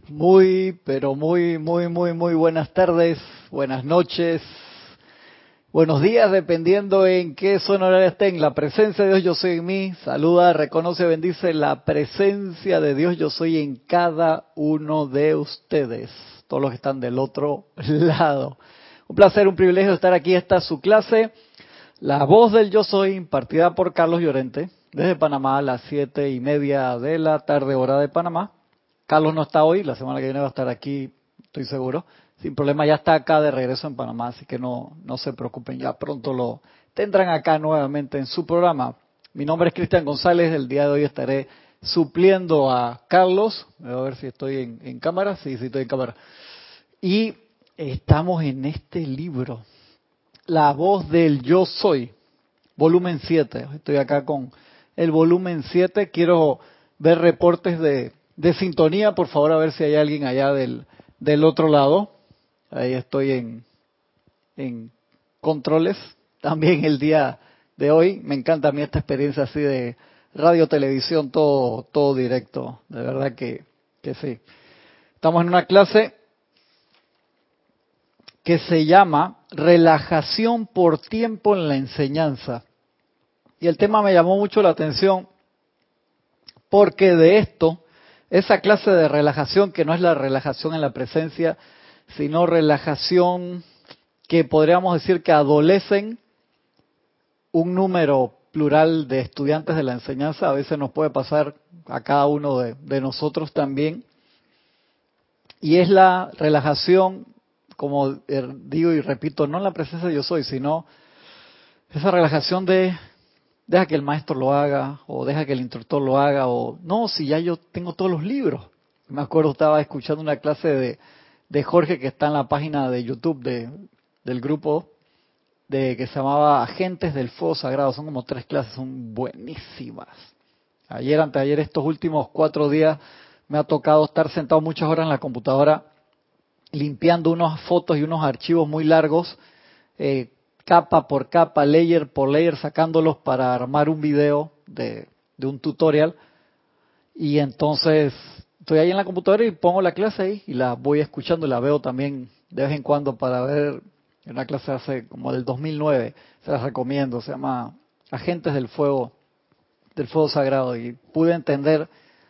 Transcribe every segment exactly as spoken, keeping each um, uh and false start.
Muy, pero muy, muy, muy, muy buenas tardes, buenas noches, buenos días, dependiendo en qué zona horaria estén. La presencia de Dios yo soy en mí. Saluda, reconoce, bendice la presencia de Dios yo soy en cada uno de ustedes, todos los que están del otro lado. Un placer, un privilegio estar aquí. Esta es su clase, La Voz del Yo Soy, impartida por Carlos Llorente, desde Panamá a las siete y media de la tarde, hora de Panamá. Carlos no está hoy, la semana que viene va a estar aquí, estoy seguro. Sin problema, ya está acá de regreso en Panamá, así que no, no se preocupen, ya pronto lo tendrán acá nuevamente en su programa. Mi nombre es Cristian González, el día de hoy estaré supliendo a Carlos. Voy a ver si estoy en, en cámara, sí, sí estoy en cámara. Y estamos en este libro, La Voz del Yo Soy, volumen siete. Estoy acá con el volumen siete, quiero ver reportes de, de sintonía, por favor, a ver si hay alguien allá del, del otro lado. Ahí estoy en, en controles. También el día de hoy, me encanta a mí esta experiencia así de radio, televisión, todo, todo directo. De verdad que, que sí. Estamos en una clase que se llama Relajación por tiempo en la enseñanza. Y el tema me llamó mucho la atención porque de esto, esa clase de relajación que no es la relajación en la presencia, sino relajación que podríamos decir que adolecen un número plural de estudiantes de la enseñanza, a veces nos puede pasar a cada uno de, de nosotros también, y es la relajación, como digo y repito, no en la presencia yo soy, sino esa relajación de deja que el maestro lo haga, o deja que el instructor lo haga, o no, si ya yo tengo todos los libros. Me acuerdo, estaba escuchando una clase de, de Jorge que está en la página de YouTube de, del grupo, de que se llamaba Agentes del Fuego Sagrado. Son como tres clases, son buenísimas. Ayer, anteayer, estos últimos cuatro días, me ha tocado estar sentado muchas horas en la computadora, limpiando unas fotos y unos archivos muy largos, eh, capa por capa, layer por layer, sacándolos para armar un video de, de un tutorial. Y entonces estoy ahí en la computadora y pongo la clase ahí y la voy escuchando y la veo también de vez en cuando para ver. Una clase hace como del dos mil nueve, se las recomiendo, se llama Agentes del Fuego, del Fuego Sagrado, y pude entender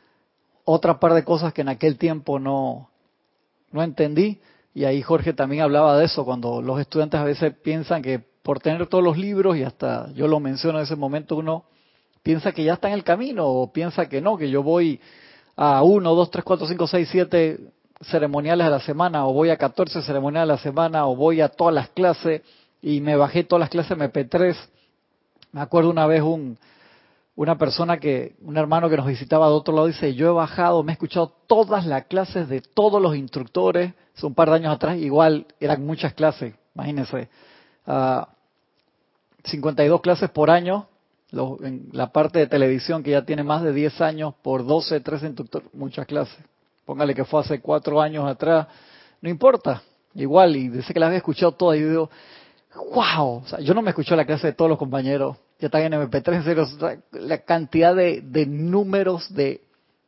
otra par de cosas que en aquel tiempo no, no entendí. Y ahí Jorge también hablaba de eso, cuando los estudiantes a veces piensan que por tener todos los libros, y hasta yo lo menciono en ese momento, uno piensa que ya está en el camino, o piensa que no, que yo voy a uno, dos, tres, cuatro, cinco, seis, siete ceremoniales a la semana, o voy a catorce ceremoniales a la semana, o voy a todas las clases, y me bajé todas las clases eme pe tres. Me acuerdo una vez un una persona que, un hermano que nos visitaba de otro lado, dice, yo he bajado, me he escuchado todas las clases de todos los instructores, hace un par de años atrás, igual eran muchas clases, imagínense, uh, cincuenta y dos clases por año, lo, en la parte de televisión que ya tiene más de diez años, por doce, trece instructores, muchas clases. Póngale que fue hace cuatro años atrás, no importa, igual, y dice que las había escuchado todas, y yo digo, wow, o sea, yo no me escuché la clase de todos los compañeros, ya están en eme pe tres, en serio, o sea, la cantidad de, de números, de,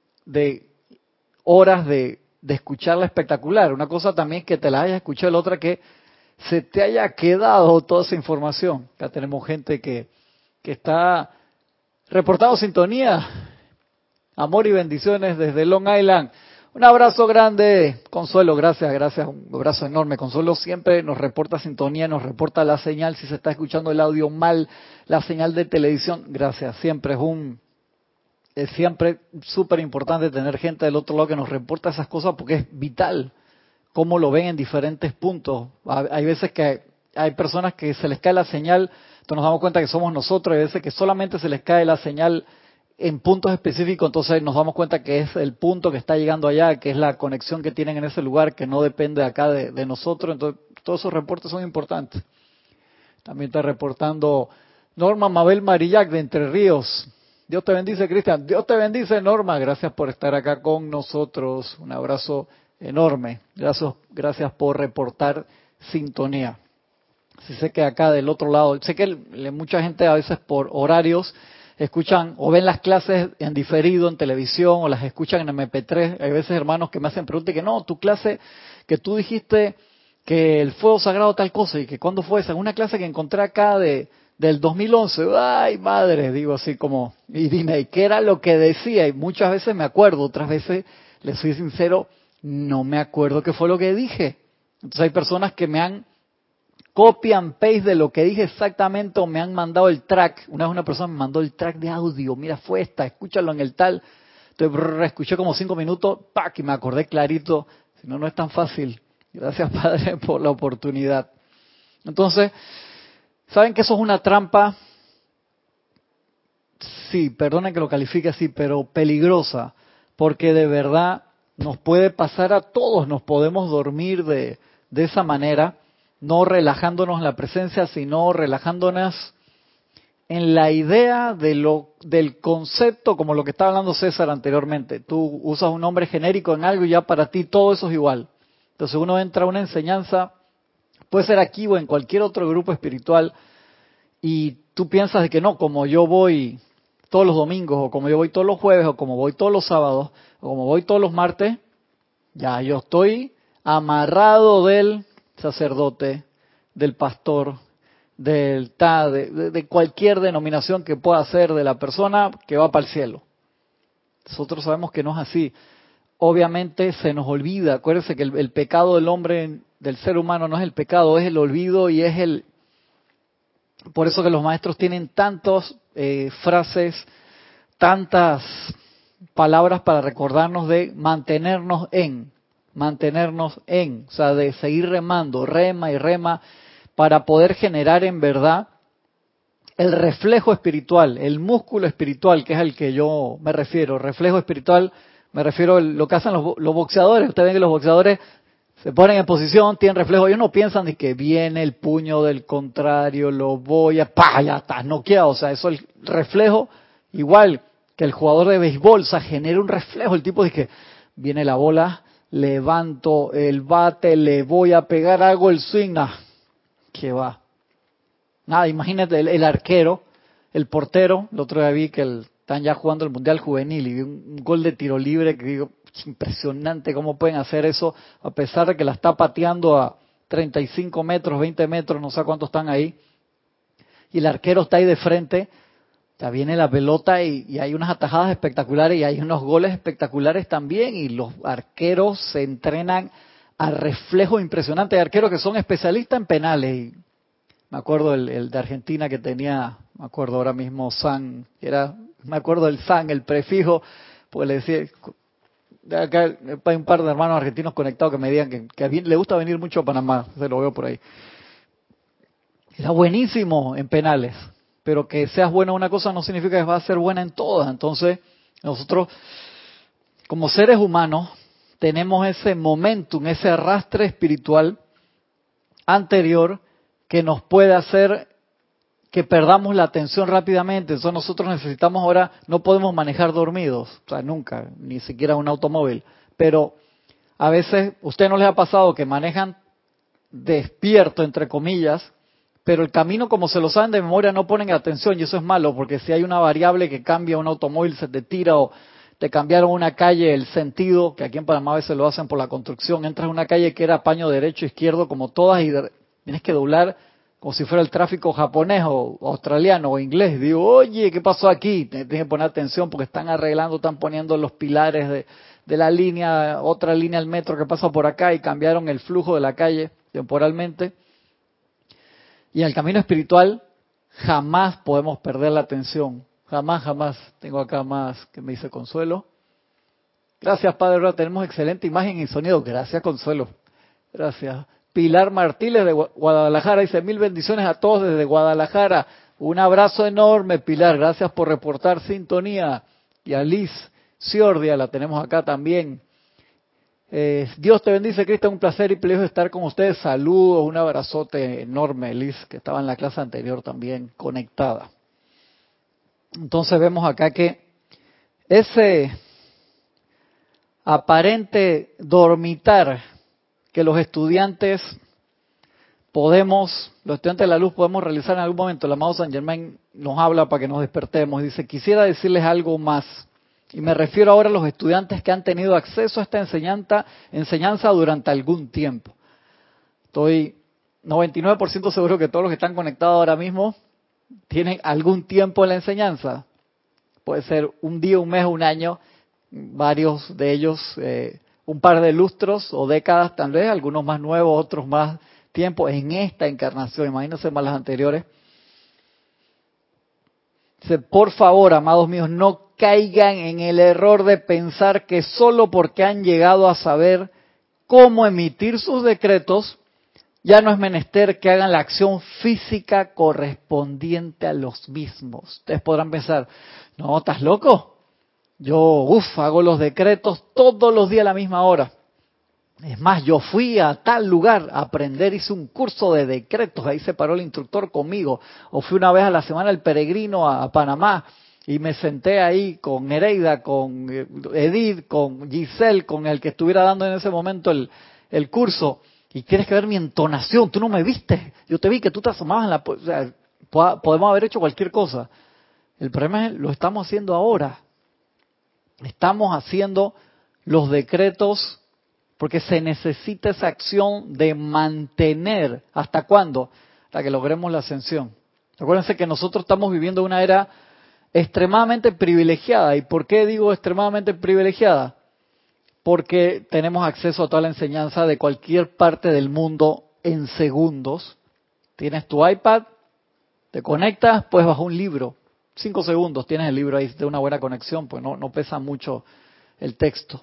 de horas de, de escucharla espectacular. Una cosa también es que te la hayas escuchado, la otra que se te haya quedado toda esa información. Acá tenemos gente que, que está reportando sintonía. Amor y bendiciones desde Long Island. Un abrazo grande, Consuelo, gracias, gracias, un abrazo enorme. Consuelo siempre nos reporta sintonía, nos reporta la señal, si se está escuchando el audio mal, la señal de televisión, gracias. Siempre es un, es siempre súper importante tener gente del otro lado que nos reporta esas cosas porque es vital cómo lo ven en diferentes puntos. Hay veces que hay personas que se les cae la señal, entonces nos damos cuenta que somos nosotros, hay veces que solamente se les cae la señal en puntos específicos, entonces nos damos cuenta que es el punto que está llegando allá, que es la conexión que tienen en ese lugar, que no depende acá de, de nosotros, entonces todos esos reportes son importantes. También está reportando Norma Mabel Marillac de Entre Ríos. Dios te bendice, Cristian. Dios te bendice, Norma. Gracias por estar acá con nosotros. Un abrazo enorme. Gracias, gracias por reportar sintonía. Sí sé que acá del otro lado, sé que mucha gente a veces por horarios escuchan o ven las clases en diferido en televisión o las escuchan en eme pe tres. Hay veces hermanos que me hacen preguntas que no, tu clase que tú dijiste que el fuego sagrado tal cosa y que cuándo fue esa, una clase que encontré acá de del dos mil once, ay madre, digo así como, y dime, ¿y qué era lo que decía? Y muchas veces me acuerdo, otras veces, les soy sincero, no me acuerdo qué fue lo que dije. Entonces hay personas que me han copy and paste de lo que dije exactamente o me han mandado el track. Una vez una persona me mandó el track de audio, mira, fue esta, escúchalo en el tal. Entonces brrr, escuché como cinco minutos, ¡pac! Y me acordé clarito. Si no, no es tan fácil. Gracias, Padre, por la oportunidad. Entonces, ¿saben que eso es una trampa? Sí, perdonen que lo califique así, pero peligrosa, porque de verdad nos puede pasar a todos, nos podemos dormir de, de esa manera, no relajándonos en la presencia, sino relajándonos en la idea de lo, del concepto, como lo que estaba hablando César anteriormente. Tú usas un nombre genérico en algo y ya para ti todo eso es igual. Entonces uno entra a una enseñanza, puede ser aquí o en cualquier otro grupo espiritual, y tú piensas de que no, como yo voy todos los domingos, o como yo voy todos los jueves, o como voy todos los sábados, o como voy todos los martes, ya yo estoy amarrado del sacerdote, del pastor, del ta, de, de, de cualquier denominación que pueda ser de la persona que va para el cielo. Nosotros sabemos que no es así. Obviamente se nos olvida, acuérdense que el, el pecado del hombre, del ser humano, no es el pecado, es el olvido y es el... Por eso que los maestros tienen tantas eh, frases, tantas palabras para recordarnos de mantenernos en, mantenernos en, o sea, de seguir remando, rema y rema, para poder generar en verdad el reflejo espiritual, el músculo espiritual, que es al que yo me refiero. Reflejo espiritual, me refiero a lo que hacen los, los boxeadores. Ustedes ven que los boxeadores se ponen en posición, tienen reflejo. Ellos no piensan de que viene el puño del contrario, lo voy a... ¡Pah! Ya está, noqueado. O sea, eso es el reflejo, igual que el jugador de béisbol, o sea, genera un reflejo. El tipo dice que viene la bola, levanto el bate, le voy a pegar, hago el swing. Nah, que va. Nada, imagínate el, el arquero, el portero. El otro día vi que el, están ya jugando el Mundial Juvenil y vi un, un gol de tiro libre que digo, es impresionante cómo pueden hacer eso a pesar de que la está pateando a treinta y cinco metros, veinte metros, no sé cuántos están ahí. Y el arquero está ahí de frente, ya viene la pelota y, y hay unas atajadas espectaculares y hay unos goles espectaculares también. Y los arqueros se entrenan a reflejos impresionantes. Hay arqueros que son especialistas en penales y me acuerdo el, el de Argentina que tenía, me acuerdo ahora mismo San, era, me acuerdo del San, el prefijo, pues le decía, de acá hay un par de hermanos argentinos conectados que me digan que, que a mí le gusta venir mucho a Panamá, se lo veo por ahí. Era buenísimo en penales, pero que seas bueno en una cosa no significa que vas a ser buena en todas. Entonces, nosotros, como seres humanos, tenemos ese momentum, ese arrastre espiritual anterior que nos puede hacer que perdamos la atención rápidamente. Entonces nosotros necesitamos ahora, no podemos manejar dormidos, o sea, nunca, ni siquiera un automóvil, pero a veces, ¿usted no les ha pasado que manejan despierto, entre comillas, pero el camino como se lo saben de memoria no ponen atención y eso es malo, porque si hay una variable que cambia un automóvil, se te tira o te cambiaron una calle, el sentido, que aquí en Panamá a veces lo hacen por la construcción, entras a una calle que era paño derecho, izquierdo, como todas y de, tienes que doblar como si fuera el tráfico japonés o australiano o inglés. Digo, oye, ¿qué pasó aquí? Tienes que poner atención porque están arreglando, están poniendo los pilares de, de la línea, otra línea del metro que pasa por acá y cambiaron el flujo de la calle temporalmente. Y en el camino espiritual jamás podemos perder la atención. Jamás, jamás. Tengo acá más que me dice Consuelo. Gracias, Padre. Tenemos excelente imagen y sonido. Gracias, Consuelo. Gracias. Pilar Martínez de Guadalajara dice mil bendiciones a todos desde Guadalajara. Un abrazo enorme, Pilar. Gracias por reportar sintonía. Y a Liz Ciordia la tenemos acá también. Eh, Dios te bendice, Cristo, un placer y privilegio estar con ustedes. Saludos, un abrazote enorme, Liz, que estaba en la clase anterior también conectada. Entonces vemos acá que ese aparente dormitar que los estudiantes podemos, los estudiantes de la luz podemos realizar en algún momento. El amado Saint Germain nos habla para que nos despertemos. Dice, quisiera decirles algo más. Y me refiero ahora a los estudiantes que han tenido acceso a esta enseñanza, enseñanza durante algún tiempo. Estoy noventa y nueve por ciento seguro que todos los que están conectados ahora mismo tienen algún tiempo en la enseñanza. Puede ser un día, un mes, un año, varios de ellos, eh, un par de lustros o décadas tal vez, algunos más nuevos, otros más tiempo en esta encarnación, imagínense más las anteriores. Dice, por favor, amados míos, no caigan en el error de pensar que solo porque han llegado a saber cómo emitir sus decretos, ya no es menester que hagan la acción física correspondiente a los mismos. Ustedes podrán pensar, no, ¿estás loco? Yo, uff, hago los decretos todos los días a la misma hora. Es más, yo fui a tal lugar a aprender, hice un curso de decretos, ahí se paró el instructor conmigo. O fui una vez a la semana el peregrino a, a Panamá y me senté ahí con Nereida, con Edith, con Giselle, con el que estuviera dando en ese momento el, el curso. Y tienes que ver mi entonación, tú no me viste, yo te vi que tú te asomabas en la... O sea, podemos haber hecho cualquier cosa. El problema es, lo estamos haciendo ahora. Estamos haciendo los decretos porque se necesita esa acción de mantener. ¿Hasta cuándo? Hasta que logremos la ascensión. Acuérdense que nosotros estamos viviendo una era extremadamente privilegiada. ¿Y por qué digo extremadamente privilegiada? Porque tenemos acceso a toda la enseñanza de cualquier parte del mundo en segundos. Tienes tu iPad, te conectas, puedes bajar un libro. Cinco segundos tienes el libro ahí de una buena conexión, pues no, no pesa mucho el texto.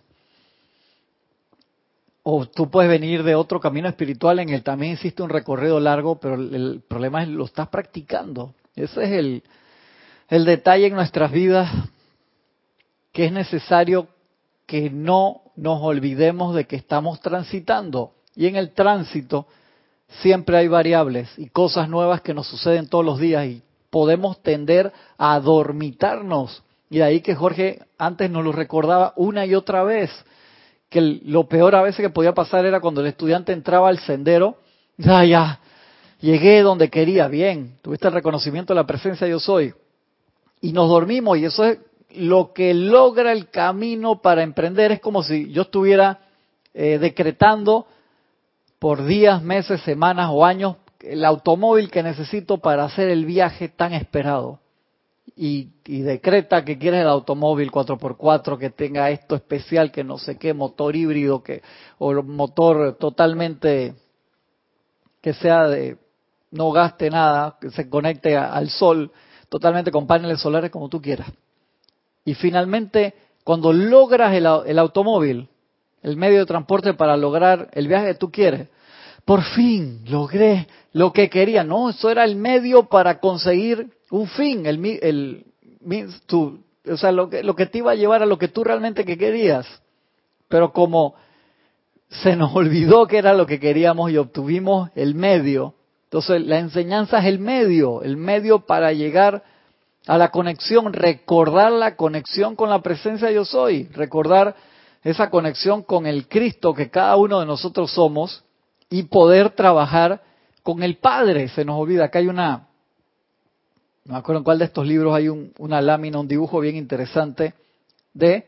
O tú puedes venir de otro camino espiritual en el también hiciste un recorrido largo, pero el, el problema es lo estás practicando. Ese es el, el detalle en nuestras vidas, que es necesario que no nos olvidemos de que estamos transitando. Y en el tránsito siempre hay variables y cosas nuevas que nos suceden todos los días y podemos tender a adormitarnos. Y de ahí que Jorge antes nos lo recordaba una y otra vez, que lo peor a veces que podía pasar era cuando el estudiante entraba al sendero, ya, ya, llegué donde quería, bien, tuviste el reconocimiento de la presencia yo soy, y nos dormimos, y eso es lo que logra el camino para emprender. Es como si yo estuviera eh, decretando por días, meses, semanas o años el automóvil que necesito para hacer el viaje tan esperado. Y, y decreta que quieres el automóvil cuatro por cuatro que tenga esto especial, que no sé qué, motor híbrido, que o motor totalmente que sea de no gaste nada, que se conecte a, al sol, totalmente con paneles solares como tú quieras. Y finalmente, cuando logras el, el automóvil, el medio de transporte para lograr el viaje que tú quieres, por fin logré lo que quería. No, eso era el medio para conseguir un fin, el, el, el tu, o sea, lo que, lo que te iba a llevar a lo que tú realmente que querías. Pero como se nos olvidó que era lo que queríamos y obtuvimos el medio, entonces la enseñanza es el medio, el medio para llegar a la conexión, recordar la conexión con la presencia yo soy, recordar esa conexión con el Cristo que cada uno de nosotros somos y poder trabajar con el Padre. Se nos olvida, acá hay una, no me acuerdo en cuál de estos libros hay un, una lámina, un dibujo bien interesante de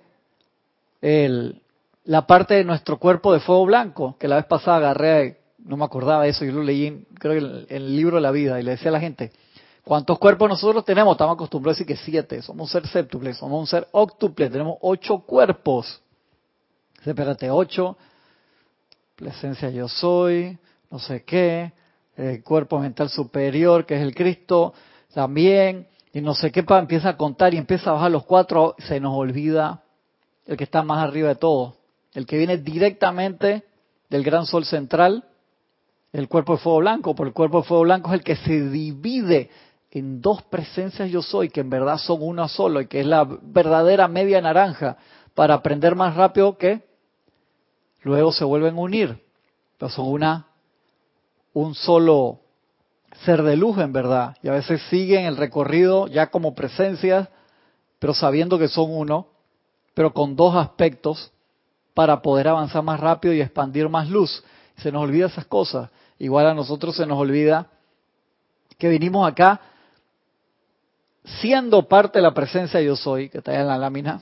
el, la parte de nuestro cuerpo de fuego blanco, que la vez pasada agarré, no me acordaba de eso, yo lo leí en, creo que en, en el libro de la vida, y le decía a la gente, ¿cuántos cuerpos nosotros tenemos? Estamos acostumbrados a decir que siete, somos un ser séptuple, somos un ser óctuple, tenemos ocho cuerpos. Espérate, ocho, presencia yo soy, no sé qué, el cuerpo mental superior, que es el Cristo, también, y no sé qué, pa, empieza a contar y empieza a bajar los cuatro, se nos olvida el que está más arriba de todo, el que viene directamente del gran sol central, el cuerpo de fuego blanco, porque el cuerpo de fuego blanco es el que se divide en dos presencias yo soy, que en verdad son una sola, y que es la verdadera media naranja, para aprender más rápido que luego se vuelven a unir, pero son una, un solo ser de luz en verdad, y a veces siguen el recorrido ya como presencias, pero sabiendo que son uno, pero con dos aspectos para poder avanzar más rápido y expandir más luz. Se nos olvida esas cosas. igual a nosotros se nos olvida que vinimos acá siendo parte de la presencia yo soy, que está ahí en la lámina.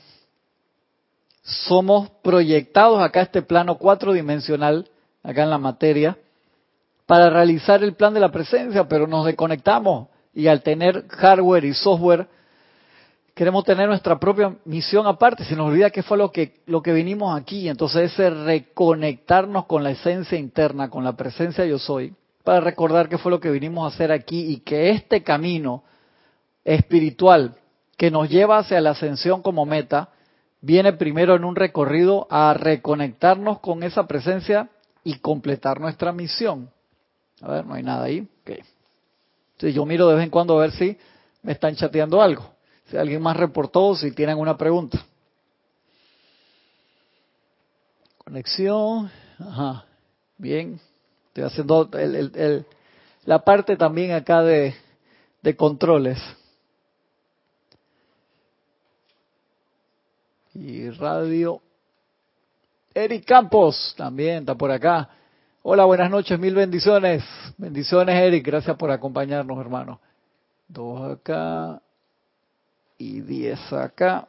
Somos proyectados acá a este plano cuatrodimensional, acá en la materia, para realizar el plan de la presencia, pero nos desconectamos y al tener hardware y software queremos tener nuestra propia misión aparte. Se nos olvida qué fue lo que lo que vinimos aquí. Entonces ese reconectarnos con la esencia interna, con la presencia yo soy, para recordar qué fue lo que vinimos a hacer aquí y que este camino espiritual que nos lleva hacia la ascensión como meta viene primero en un recorrido a reconectarnos con esa presencia y completar nuestra misión. A ver, no hay nada ahí. Okay. Entonces yo miro de vez en cuando a ver si me están chateando algo. Si alguien más reportó, si tienen una pregunta. Conexión. Ajá. Bien. Estoy haciendo el, el, el, la parte también acá de, de controles. Y radio. Eric Campos también está por acá. Hola, buenas noches, mil bendiciones. Bendiciones, Eric. Gracias por acompañarnos, hermano. Dos acá. Y diez acá.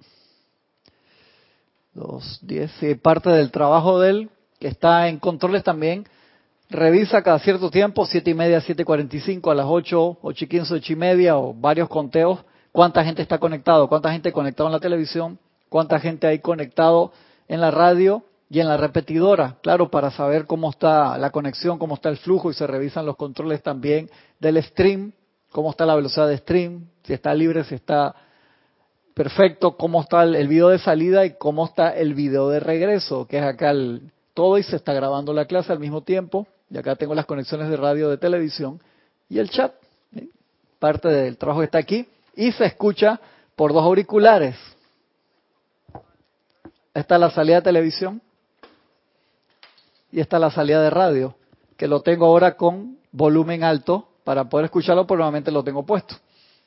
Dos, diez. Sí, parte del trabajo de él, que está en controles también. Revisa cada cierto tiempo, siete y media, siete cuarenta y cinco, a las ocho, ocho y quince, ocho y media, o varios conteos. Cuánta gente está conectado, cuánta gente conectado en la televisión, cuánta gente hay conectado en la radio y en la repetidora. Claro, para saber cómo está la conexión, cómo está el flujo, y se revisan los controles también del stream, cómo está la velocidad de stream, si está libre, si está perfecto, cómo está el, el video de salida y cómo está el video de regreso, que es acá el, todo, y se está grabando la clase al mismo tiempo. Y acá tengo las conexiones de radio, de televisión y el chat. ¿Sí? Parte del trabajo está aquí y se escucha por dos auriculares. Esta es la salida de televisión y esta es la salida de radio, que lo tengo ahora con volumen alto para poder escucharlo, pero nuevamente lo tengo puesto.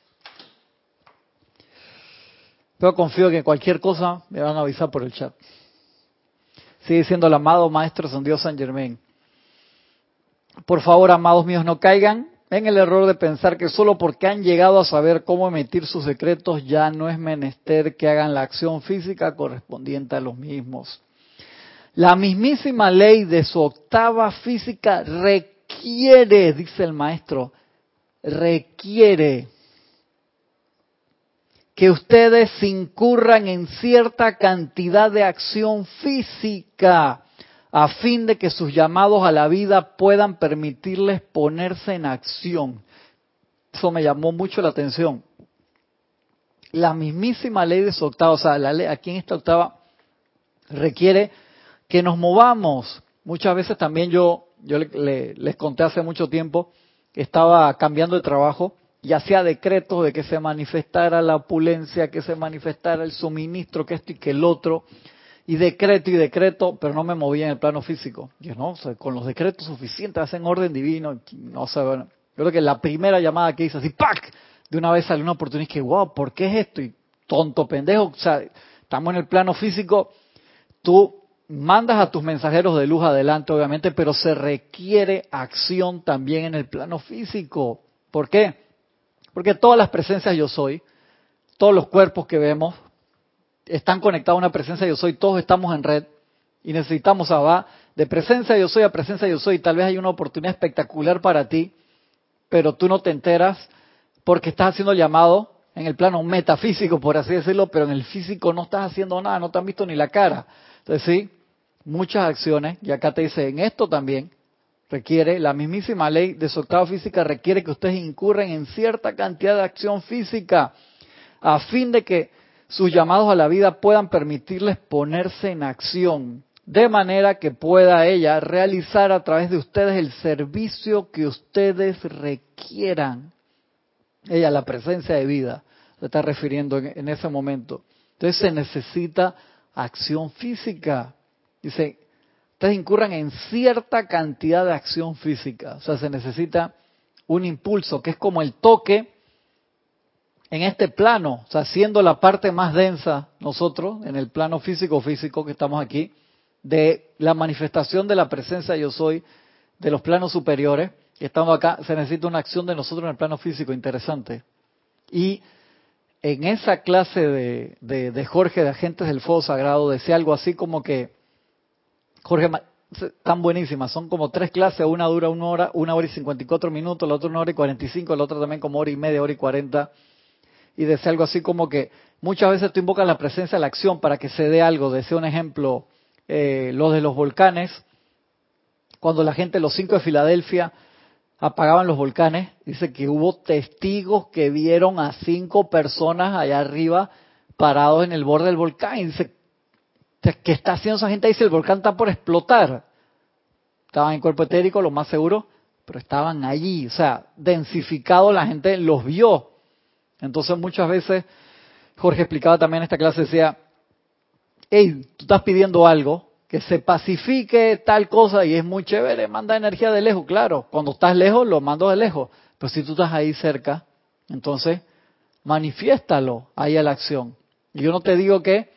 Pero confío que cualquier cosa me van a avisar por el chat. Sigue siendo el amado Maestro Ascendido San Germain. Por favor, amados míos, no caigan en el error de pensar que solo porque han llegado a saber cómo emitir sus secretos ya no es menester que hagan la acción física correspondiente a los mismos. La mismísima ley de su octava física requiere, dice el maestro, requiere que ustedes incurran en cierta cantidad de acción física a fin de que sus llamados a la vida puedan permitirles ponerse en acción. Eso me llamó mucho la atención. La mismísima ley de su octava, o sea, la ley aquí en esta octava requiere que nos movamos. Muchas veces también yo, yo le, le, les conté hace mucho tiempo que estaba cambiando de trabajo y hacía decretos de que se manifestara la opulencia, que se manifestara el suministro, que esto y que el otro. Y decreto y decreto, pero no me movía en el plano físico. Yo no, o sea, con los decretos suficientes hacen orden divino. No sé, bueno, yo creo que la primera llamada que hice así, ¡pac! De una vez salió una oportunidad y que, wow, ¿por qué es esto? Y tonto, pendejo, o sea, estamos en el plano físico, tú mandas a tus mensajeros de luz adelante, obviamente, pero se requiere acción también en el plano físico. ¿Por qué? Porque todas las presencias yo soy, todos los cuerpos que vemos, están conectados a una presencia yo soy, todos estamos en red y necesitamos, a va de presencia yo soy a presencia yo soy. Tal vez hay una oportunidad espectacular para ti, pero tú no te enteras porque estás haciendo el llamado en el plano metafísico, por así decirlo, pero en el físico no estás haciendo nada, no te han visto ni la cara. Entonces sí, muchas acciones, y acá te dice, en esto también requiere, la mismísima ley de su octava física requiere que ustedes incurren en cierta cantidad de acción física a fin de que sus llamados a la vida puedan permitirles ponerse en acción, de manera que pueda ella realizar a través de ustedes el servicio que ustedes requieran. Ella, la presencia de vida, se está refiriendo en, en ese momento. Entonces se necesita acción física. Dice, ustedes incurran en cierta cantidad de acción física. O sea, se necesita un impulso, que es como el toque en este plano, o sea, siendo la parte más densa nosotros, en el plano físico-físico que estamos aquí, de la manifestación de la presencia yo soy, de los planos superiores, y estando acá, se necesita una acción de nosotros en el plano físico, interesante. Y en esa clase de, de, de Jorge, de Agentes del Fuego Sagrado, decía algo así como que, Jorge, tan buenísimas, son como tres clases, una dura una hora, una hora y cincuenta y cuatro minutos, la otra una hora y cuarenta y cinco, la otra también como hora y media, hora y cuarenta, y decía algo así como que muchas veces tú invocas la presencia de la acción para que se dé algo. Decía un ejemplo, eh, los de los volcanes, cuando la gente, los cinco de Filadelfia, apagaban los volcanes, dice que hubo testigos que vieron a cinco personas allá arriba parados en el borde del volcán, y dice, ¿qué está haciendo esa gente ahí si el volcán está por explotar? Estaban en cuerpo etérico, lo más seguro, pero estaban allí, o sea, densificado, la gente los vio. Entonces muchas veces, Jorge explicaba también en esta clase, decía, hey, tú estás pidiendo algo, que se pacifique tal cosa, y es muy chévere, manda energía de lejos, claro, cuando estás lejos lo mando de lejos, pero si tú estás ahí cerca, entonces manifiéstalo ahí a la acción. Y yo no te digo que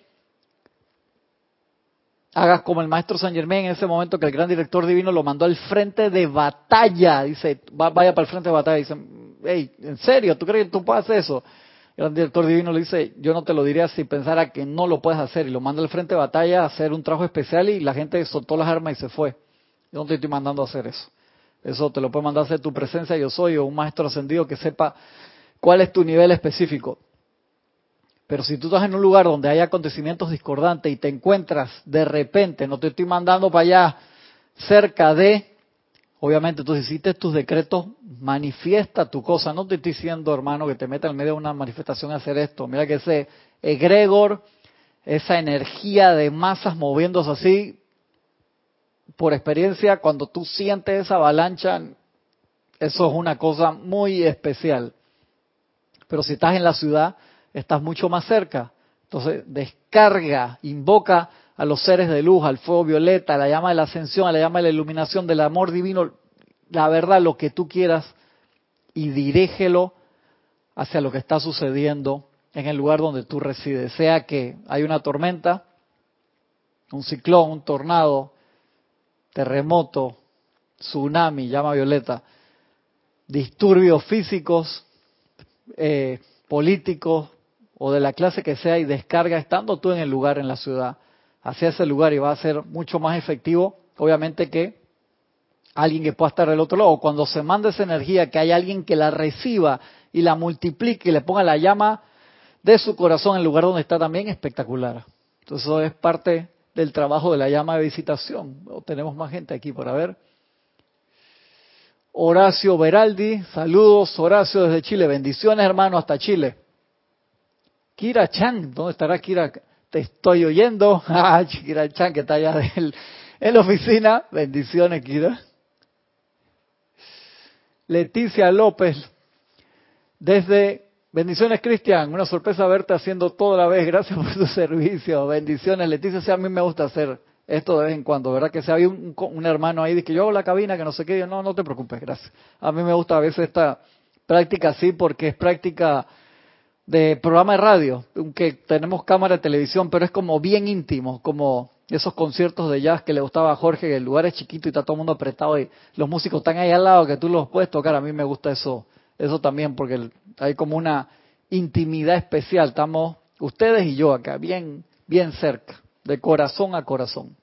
hagas como el maestro Saint Germain en ese momento, que el gran director divino lo mandó al frente de batalla, dice, va, vaya para el frente de batalla, dice, hey, ¿en serio? ¿Tú crees que tú puedes hacer eso? El gran director divino le dice, yo no te lo diría si pensara que no lo puedes hacer, y lo manda al frente de batalla a hacer un trabajo especial, y la gente soltó las armas y se fue. Yo no te estoy mandando a hacer eso. Eso te lo puede mandar a hacer tu presencia, yo soy, o un maestro ascendido que sepa cuál es tu nivel específico. Pero si tú estás en un lugar donde hay acontecimientos discordantes y te encuentras de repente, no te estoy mandando para allá, cerca de, obviamente tú hiciste tus decretos, manifiesta tu cosa. No te estoy diciendo, hermano, que te meta en medio de una manifestación a hacer esto. Mira que ese egregor, esa energía de masas moviéndose así, por experiencia, cuando tú sientes esa avalancha, eso es una cosa muy especial. Pero si estás en la ciudad, estás mucho más cerca. Entonces descarga, invoca a los seres de luz, al fuego violeta, a la llama de la ascensión, a la llama de la iluminación, del amor divino, la verdad, lo que tú quieras, y dirígelo hacia lo que está sucediendo en el lugar donde tú resides. Sea que hay una tormenta, un ciclón, un tornado, terremoto, tsunami, llama violeta, disturbios físicos, eh, políticos, o de la clase que sea, y descarga estando tú en el lugar, en la ciudad, hacia ese lugar, y va a ser mucho más efectivo, obviamente, que alguien que pueda estar del otro lado. Cuando se manda esa energía, que hay alguien que la reciba y la multiplique y le ponga la llama de su corazón en el lugar donde está, también espectacular. Entonces eso es parte del trabajo de la llama de visitación. Tenemos más gente aquí para ver. Horacio Beraldi, saludos Horacio desde Chile, bendiciones hermano hasta Chile. Kira Chan, ¿dónde estará Kira? Te estoy oyendo. Ah, Kira Chan, que está allá del, en la oficina. Bendiciones, Kira. Leticia López, desde bendiciones, Cristian. Una sorpresa verte haciendo todo a la vez. Gracias por tu servicio. Bendiciones, Leticia. Sí, a mí me gusta hacer esto de vez en cuando, ¿verdad? Que si había un, un hermano ahí, dice que yo hago la cabina, que no sé qué. Yo, no, no te preocupes, gracias. A mí me gusta a veces esta práctica así, porque es práctica de programa de radio, aunque tenemos cámara de televisión, pero es como bien íntimo, como esos conciertos de jazz que le gustaba a Jorge, que el lugar es chiquito y está todo el mundo apretado y los músicos están ahí al lado que tú los puedes tocar. A mí me gusta eso, eso también, porque hay como una intimidad especial. Estamos ustedes y yo acá, bien, bien cerca, de corazón a corazón.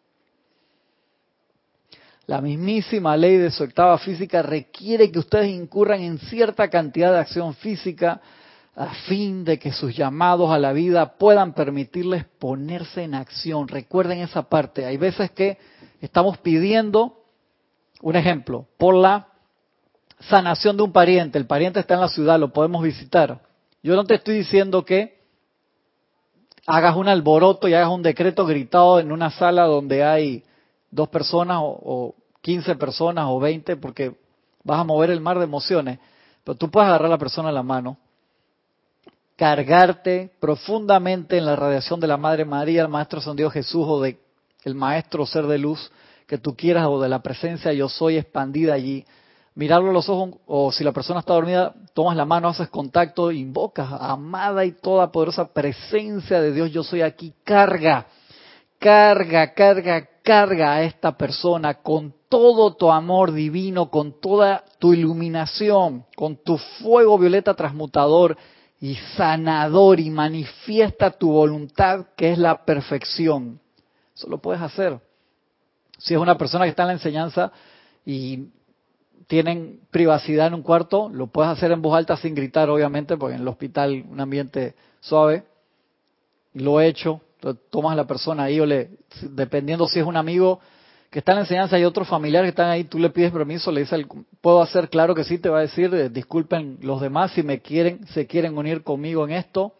La mismísima ley de su octava física requiere que ustedes incurran en cierta cantidad de acción física a fin de que sus llamados a la vida puedan permitirles ponerse en acción. Recuerden esa parte. Hay veces que estamos pidiendo, un ejemplo, por la sanación de un pariente. El pariente está en la ciudad, lo podemos visitar. Yo no te estoy diciendo que hagas un alboroto y hagas un decreto gritado en una sala donde hay dos personas o, o quince personas o veinte, porque vas a mover el mar de emociones. Pero tú puedes agarrar a la persona en la mano, cargarte profundamente en la radiación de la Madre María, el Maestro Ascendido Jesús, o de el Maestro Ser de Luz que tú quieras, o de la presencia Yo Soy expandida allí, mirarlo a los ojos, o si la persona está dormida, tomas la mano, haces contacto, invocas, amada y toda poderosa presencia de Dios Yo Soy aquí, carga, carga, carga, recarga a esta persona con todo tu amor divino, con toda tu iluminación, con tu fuego violeta transmutador y sanador, y manifiesta tu voluntad, que es la perfección. Eso lo puedes hacer. Si es una persona que está en la enseñanza y tienen privacidad en un cuarto, lo puedes hacer en voz alta sin gritar, obviamente, porque en el hospital un ambiente suave. Lo he hecho. Entonces, tomas a la persona ahí, o le, dependiendo si es un amigo que está en la enseñanza y otros familiares que están ahí, tú le pides permiso, le dices, puedo hacer, claro que sí, te va a decir, eh, disculpen los demás si me quieren, se quieren unir conmigo en esto.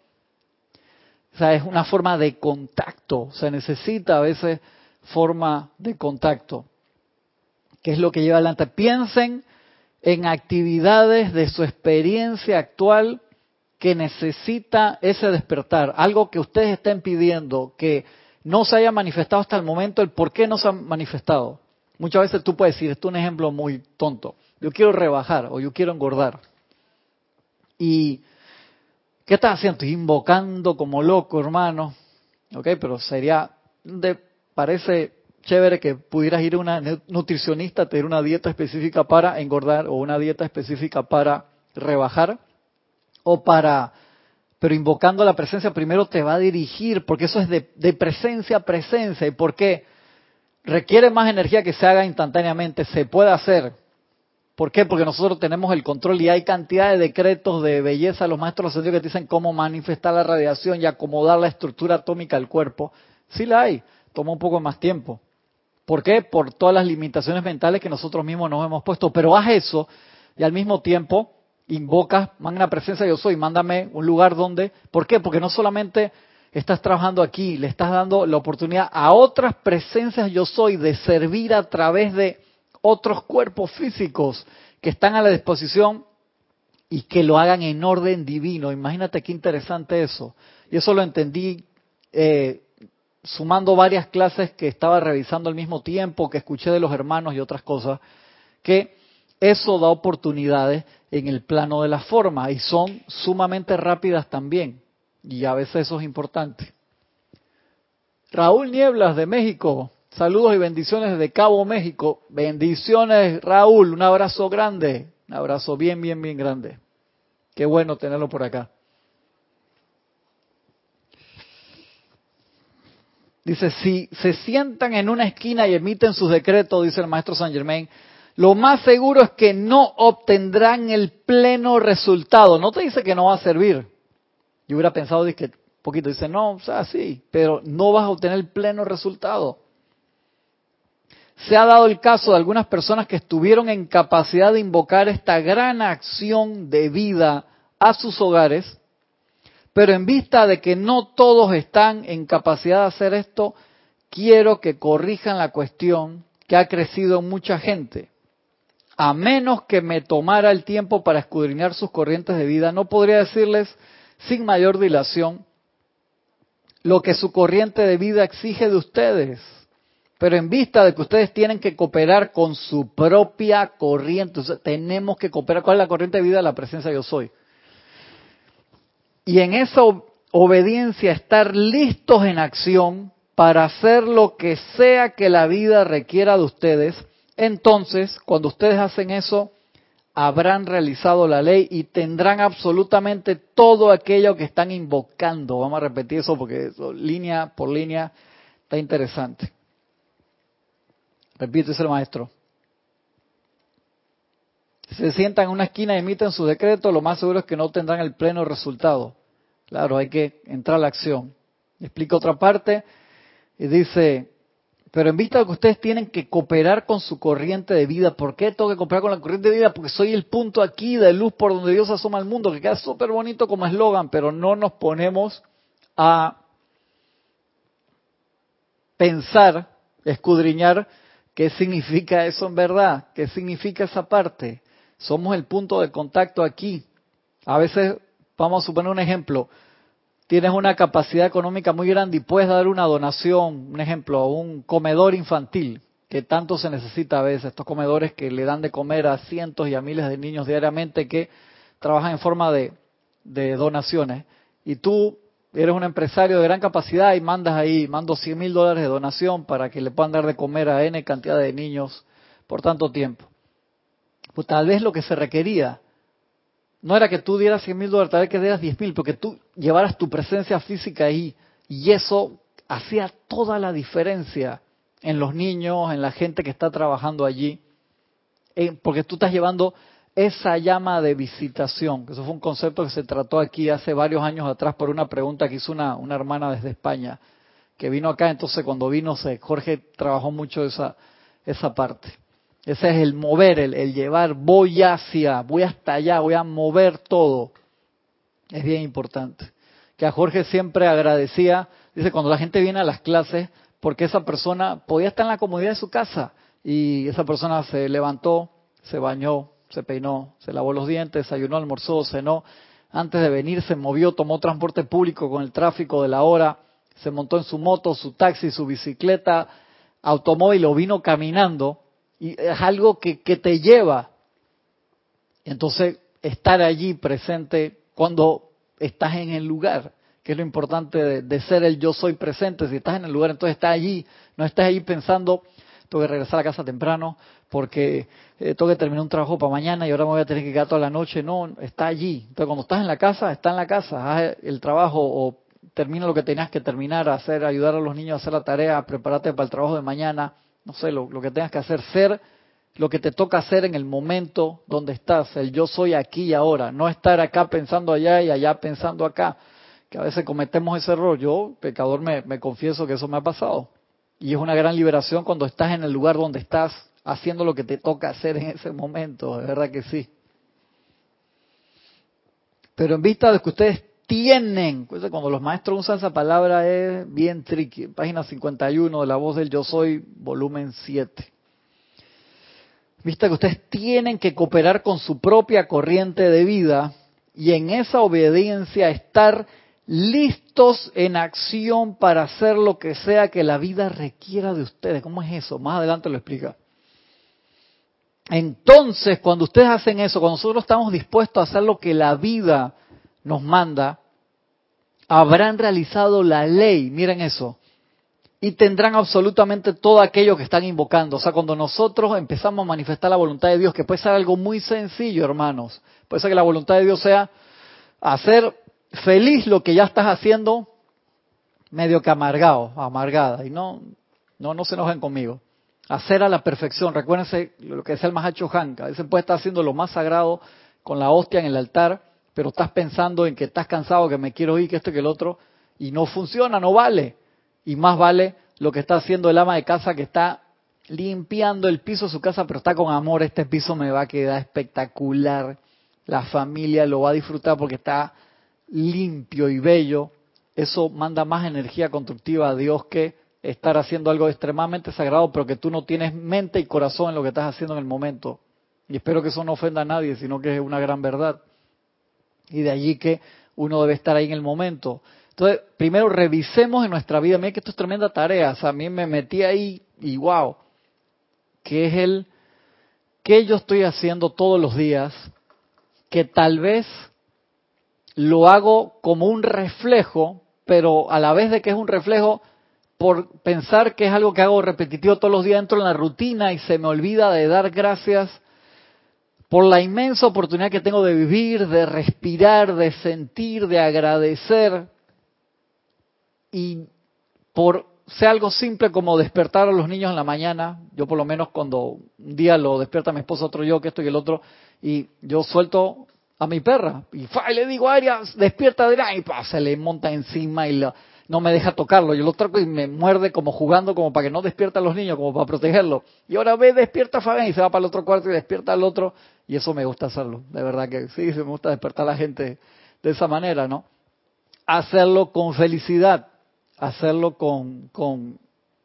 O sea, es una forma de contacto, se necesita a veces forma de contacto, que es lo que lleva adelante. Piensen en actividades de su experiencia actual que necesita ese despertar, algo que ustedes estén pidiendo, que no se haya manifestado hasta el momento, el por qué no se ha manifestado. Muchas veces tú puedes decir, esto es un ejemplo muy tonto, yo quiero rebajar o yo quiero engordar. ¿Y qué estás haciendo? Estoy invocando como loco, hermano. Ok, pero sería, de, parece chévere que pudieras ir a una nutricionista, tener una dieta específica para engordar o una dieta específica para rebajar. O para, pero invocando la presencia primero te va a dirigir, porque eso es de, de presencia a presencia. ¿Y por qué? Requiere más energía que se haga instantáneamente, se puede hacer. ¿Por qué? Porque nosotros tenemos el control y hay cantidad de decretos de belleza, los maestros ascendidos que te dicen cómo manifestar la radiación y acomodar la estructura atómica al cuerpo. Sí la hay, toma un poco más tiempo. ¿Por qué? Por todas las limitaciones mentales que nosotros mismos nos hemos puesto. Pero haz eso y al mismo tiempo invocas, magna presencia yo soy, mándame un lugar donde, ¿por qué? Porque no solamente estás trabajando aquí, le estás dando la oportunidad a otras presencias yo soy de servir a través de otros cuerpos físicos que están a la disposición y que lo hagan en orden divino. Imagínate qué interesante eso. Y eso lo entendí eh, sumando varias clases que estaba revisando al mismo tiempo, que escuché de los hermanos y otras cosas, que eso da oportunidades en el plano de la forma y son sumamente rápidas también. Y a veces eso es importante. Raúl Nieblas de México, saludos y bendiciones desde Cabo México. Bendiciones, Raúl, un abrazo grande, un abrazo bien, bien, bien grande. Qué bueno tenerlo por acá. Dice, si se sientan en una esquina y emiten sus decretos, dice el maestro Saint Germain, lo más seguro es que no obtendrán el pleno resultado. No te dice que no va a servir. Yo hubiera pensado que un poquito, dice, no, o sea, sí, pero no vas a obtener el pleno resultado. Se ha dado el caso de algunas personas que estuvieron en capacidad de invocar esta gran acción de vida a sus hogares, pero en vista de que no todos están en capacidad de hacer esto, quiero que corrijan la cuestión que ha crecido en mucha gente. A menos que me tomara el tiempo para escudriñar sus corrientes de vida, no podría decirles sin mayor dilación lo que su corriente de vida exige de ustedes. Pero en vista de que ustedes tienen que cooperar con su propia corriente, o sea, tenemos que cooperar. ¿Cuál es la corriente de vida? La presencia yo soy. Y en esa obediencia estar listos en acción para hacer lo que sea que la vida requiera de ustedes. Entonces, cuando ustedes hacen eso, habrán realizado la ley y tendrán absolutamente todo aquello que están invocando. Vamos a repetir eso porque eso, línea por línea está interesante. Repite, es el maestro. Si se sientan en una esquina y emiten su decreto, lo más seguro es que no tendrán el pleno resultado. Claro, hay que entrar a la acción. Explica otra parte y dice, pero en vista de que ustedes tienen que cooperar con su corriente de vida, ¿por qué tengo que cooperar con la corriente de vida? Porque soy el punto aquí de luz por donde Dios asoma al mundo, que queda súper bonito como eslogan, pero no nos ponemos a pensar, escudriñar qué significa eso en verdad, qué significa esa parte. Somos el punto de contacto aquí. A veces, vamos a suponer un ejemplo, tienes una capacidad económica muy grande y puedes dar una donación, un ejemplo, a un comedor infantil, que tanto se necesita a veces, estos comedores que le dan de comer a cientos y a miles de niños diariamente que trabajan en forma de, de donaciones. Y tú eres un empresario de gran capacidad y mandas ahí, mando cien mil dólares de donación para que le puedan dar de comer a N cantidad de niños por tanto tiempo. Pues tal vez lo que se requería no era que tú dieras cien mil dólares, tal vez que dieras diez mil, porque tú llevaras tu presencia física ahí y eso hacía toda la diferencia en los niños, en la gente que está trabajando allí, eh, porque tú estás llevando esa llama de visitación. Eso fue un concepto que se trató aquí hace varios años atrás por una pregunta que hizo una, una hermana desde España, que vino acá. Entonces cuando vino, se, Jorge trabajó mucho esa, esa parte. Ese es el mover, el, el llevar, voy hacia, voy hasta allá, voy a mover todo. Es bien importante. Que a Jorge siempre agradecía, dice, cuando la gente viene a las clases, porque esa persona podía estar en la comodidad de su casa y esa persona se levantó, se bañó, se peinó, se lavó los dientes, desayunó, almorzó, cenó. Antes de venir se movió, tomó transporte público con el tráfico de la hora, se montó en su moto, su taxi, su bicicleta, automóvil o vino caminando. Y es algo que, que te lleva. Entonces, estar allí presente cuando estás en el lugar, que es lo importante de, de ser el yo soy presente. Si estás en el lugar, entonces estás allí, no estás allí pensando, tengo que regresar a casa temprano porque eh, tengo que terminar un trabajo para mañana y ahora me voy a tener que quedar toda la noche. No, está allí. Entonces, cuando estás en la casa, está en la casa, haz el trabajo o termina lo que tenías que terminar, hacer, ayudar a los niños a hacer la tarea, prepararte para el trabajo de mañana. No sé, lo, lo que tengas que hacer, ser lo que te toca hacer en el momento donde estás, el yo soy aquí y ahora, no estar acá pensando allá y allá pensando acá, que a veces cometemos ese error. Yo, pecador, me, me confieso que eso me ha pasado. Y es una gran liberación cuando estás en el lugar donde estás haciendo lo que te toca hacer en ese momento, de verdad que sí. Pero en vista de que ustedes tienen, cuando los maestros usan esa palabra es bien tricky, página cincuenta y uno de La Voz del Yo Soy, volumen siete. Vista que ustedes tienen que cooperar con su propia corriente de vida y en esa obediencia estar listos en acción para hacer lo que sea que la vida requiera de ustedes. ¿Cómo es eso? Más adelante lo explica. Entonces, cuando ustedes hacen eso, cuando nosotros estamos dispuestos a hacer lo que la vida nos manda, habrán realizado la ley. Miren eso. Y tendrán absolutamente todo aquello que están invocando. O sea, cuando nosotros empezamos a manifestar la voluntad de Dios, que puede ser algo muy sencillo, hermanos. Puede ser que la voluntad de Dios sea hacer feliz lo que ya estás haciendo, medio que amargado, amargada. Y no, no, no se enojen conmigo. Hacer a la perfección. Recuérdense lo que decía el Mahacho Han. A veces puede estar haciendo lo más sagrado con la hostia en el altar, pero estás pensando en que estás cansado, que me quiero ir, que esto, que el otro, y no funciona, no vale. Y más vale lo que está haciendo el ama de casa, que está limpiando el piso de su casa, pero está con amor. Este piso me va a quedar espectacular. La familia lo va a disfrutar porque está limpio y bello. Eso manda más energía constructiva a Dios que estar haciendo algo extremadamente sagrado, pero que tú no tienes mente y corazón en lo que estás haciendo en el momento. Y espero que eso no ofenda a nadie, sino que es una gran verdad. Y de allí que uno debe estar ahí en el momento. Entonces, primero revisemos en nuestra vida. Miren que esto es tremenda tarea. O sea, a mí me metí ahí y wow, que es el que yo estoy haciendo todos los días, que tal vez lo hago como un reflejo, pero a la vez de que es un reflejo, por pensar que es algo que hago repetitivo todos los días, entro en la rutina y se me olvida de dar gracias por la inmensa oportunidad que tengo de vivir, de respirar, de sentir, de agradecer. Y por sea algo simple como despertar a los niños en la mañana, yo por lo menos cuando un día lo despierta mi esposa, otro yo, que esto y el otro, y yo suelto a mi perra, y, ¡fa! Y le digo, Arias, despierta de la, y ¡pa! Se le monta encima y la, no me deja tocarlo, yo lo trago y me muerde como jugando, como para que no despierta a los niños, como para protegerlo, y ahora ve, despierta a Fabián, y se va para el otro cuarto y despierta al otro, y eso me gusta hacerlo, de verdad que sí, me gusta despertar a la gente de esa manera, ¿no? Hacerlo con felicidad, hacerlo con, con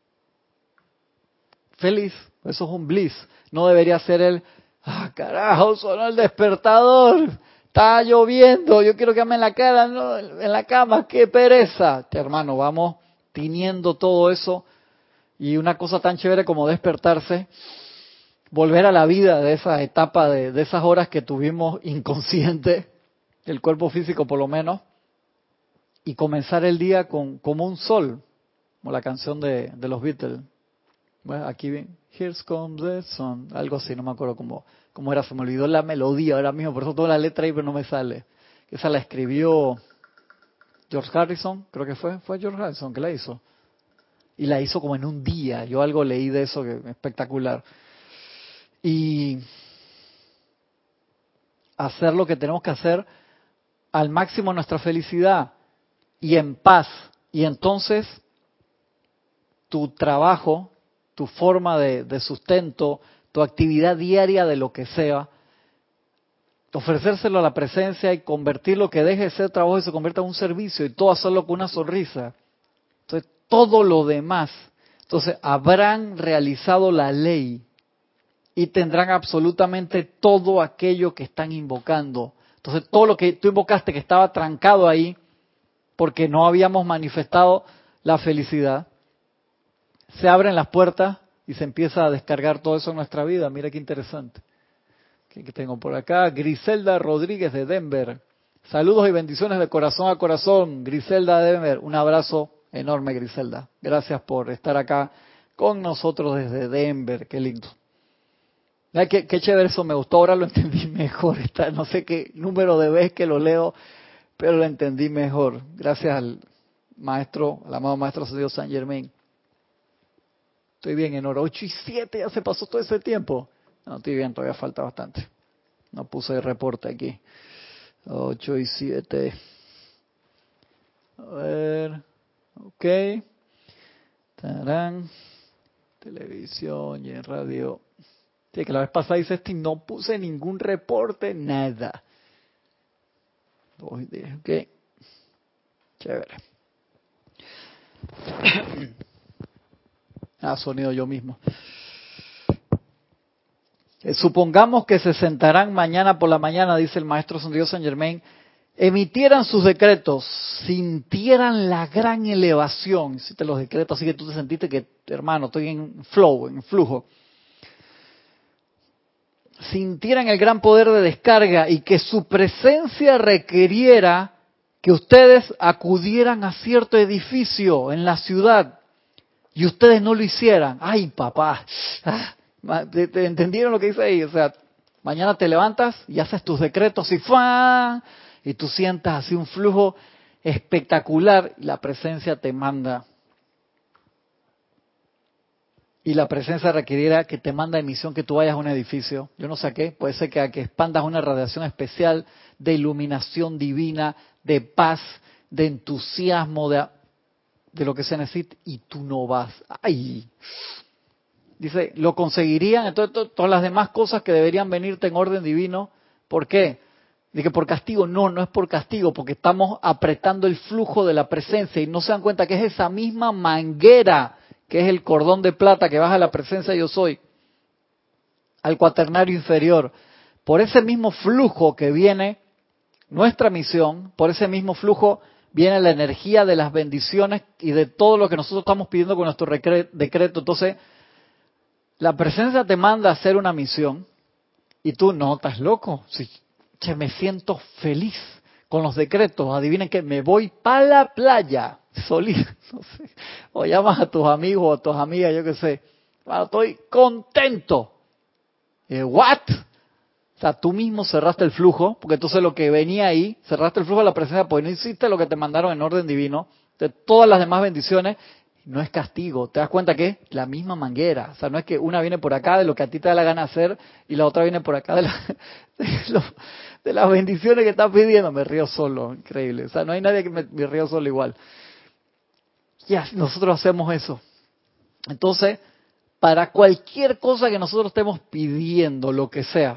feliz, eso es un bliss. No debería ser el, ah, carajo, sonó el despertador, está lloviendo, yo quiero quedarme en la cara, no, en la cama, qué pereza. Hermano, vamos tiniendo todo eso y una cosa tan chévere como despertarse, volver a la vida de esa etapa, de, de esas horas que tuvimos inconsciente, el cuerpo físico por lo menos, y comenzar el día con como un sol, como la canción de, de los Beatles. Bueno, aquí ven, Here comes the sun, algo así, no me acuerdo cómo, cómo era, se me olvidó la melodía ahora mismo, por eso toda la letra ahí, pero no me sale. Esa la escribió George Harrison, creo que fue, fue George Harrison que la hizo. Y la hizo como en un día, yo algo leí de eso que es espectacular. Y hacer lo que tenemos que hacer al máximo nuestra felicidad y en paz. Y entonces tu trabajo, tu forma de, de sustento, tu actividad diaria de lo que sea, ofrecérselo a la presencia y convertir lo que deje de ser trabajo y se convierta en un servicio y todo hacerlo con una sonrisa. Entonces todo lo demás, entonces habrán realizado la ley y tendrán absolutamente todo aquello que están invocando. Entonces todo lo que tú invocaste que estaba trancado ahí porque no habíamos manifestado la felicidad, se abren las puertas y se empieza a descargar todo eso en nuestra vida. Mira qué interesante. ¿Qué tengo por acá? Griselda Rodríguez de Denver. Saludos y bendiciones de corazón a corazón. Griselda de Denver. Un abrazo enorme, Griselda. Gracias por estar acá con nosotros desde Denver. Qué lindo. Qué, qué chévere eso, me gustó. Ahora lo entendí mejor. Está, no sé qué número de veces que lo leo, pero lo entendí mejor. Gracias al maestro, al amado maestro Ascendido Saint Germain. Estoy bien en hora. ocho y siete, ya se pasó todo ese tiempo. No, estoy bien, todavía falta bastante. No puse el reporte aquí. ocho y siete. A ver. Ok. Tarán. Televisión y en radio. Sí, que la vez pasada hice esto y no puse ningún reporte, nada. dos, diez, ok. Chévere. Ah, sonido yo mismo. Eh, supongamos que se sentarán mañana por la mañana, dice el maestro Ascendido Saint Germain, emitieran sus decretos, sintieran la gran elevación, hiciste los decretos, así que tú te sentiste que, hermano, estoy en flow, en flujo, sintieran el gran poder de descarga y que su presencia requiriera que ustedes acudieran a cierto edificio en la ciudad y ustedes no lo hicieran. ¡Ay, papá! Ah, ¿te, te entendieron lo que dice ahí? O sea, mañana te levantas y haces tus decretos y ¡fua! Y tú sientas así un flujo espectacular y la presencia te manda. Y la presencia requiriera que te manda emisión que tú vayas a un edificio. Yo no sé a qué. Puede ser que, a que expandas una radiación especial de iluminación divina, de paz, de entusiasmo, de, de lo que se necesite. Y tú no vas. ¡Ay! Dice, lo conseguirían. Entonces, todas las demás cosas que deberían venirte en orden divino. ¿Por qué? Dice, ¿por castigo? No, no es por castigo, porque estamos apretando el flujo de la presencia y no se dan cuenta que es esa misma manguera que es el cordón de plata que baja la presencia yo soy, al cuaternario inferior. Por ese mismo flujo que viene nuestra misión, por ese mismo flujo viene la energía de las bendiciones y de todo lo que nosotros estamos pidiendo con nuestro decreto. Entonces, la presencia te manda a hacer una misión y tú, no, estás loco, sí, che, me siento feliz con los decretos, adivinen que me voy para la playa, solito, no sé, o llamas a tus amigos o a tus amigas, yo qué sé, bueno, estoy contento. Eh, ¿What? O sea, tú mismo cerraste el flujo, porque entonces lo que venía ahí, cerraste el flujo de la presencia, pues no hiciste lo que te mandaron en orden divino, de todas las demás bendiciones, no es castigo. ¿Te das cuenta que la misma manguera? O sea, no es que una viene por acá de lo que a ti te da la gana hacer y la otra viene por acá de, la, de, lo, de las bendiciones que estás pidiendo. Me río solo, increíble. O sea, no hay nadie que me, me río solo igual. Ya, nosotros hacemos eso. Entonces, para cualquier cosa que nosotros estemos pidiendo, lo que sea,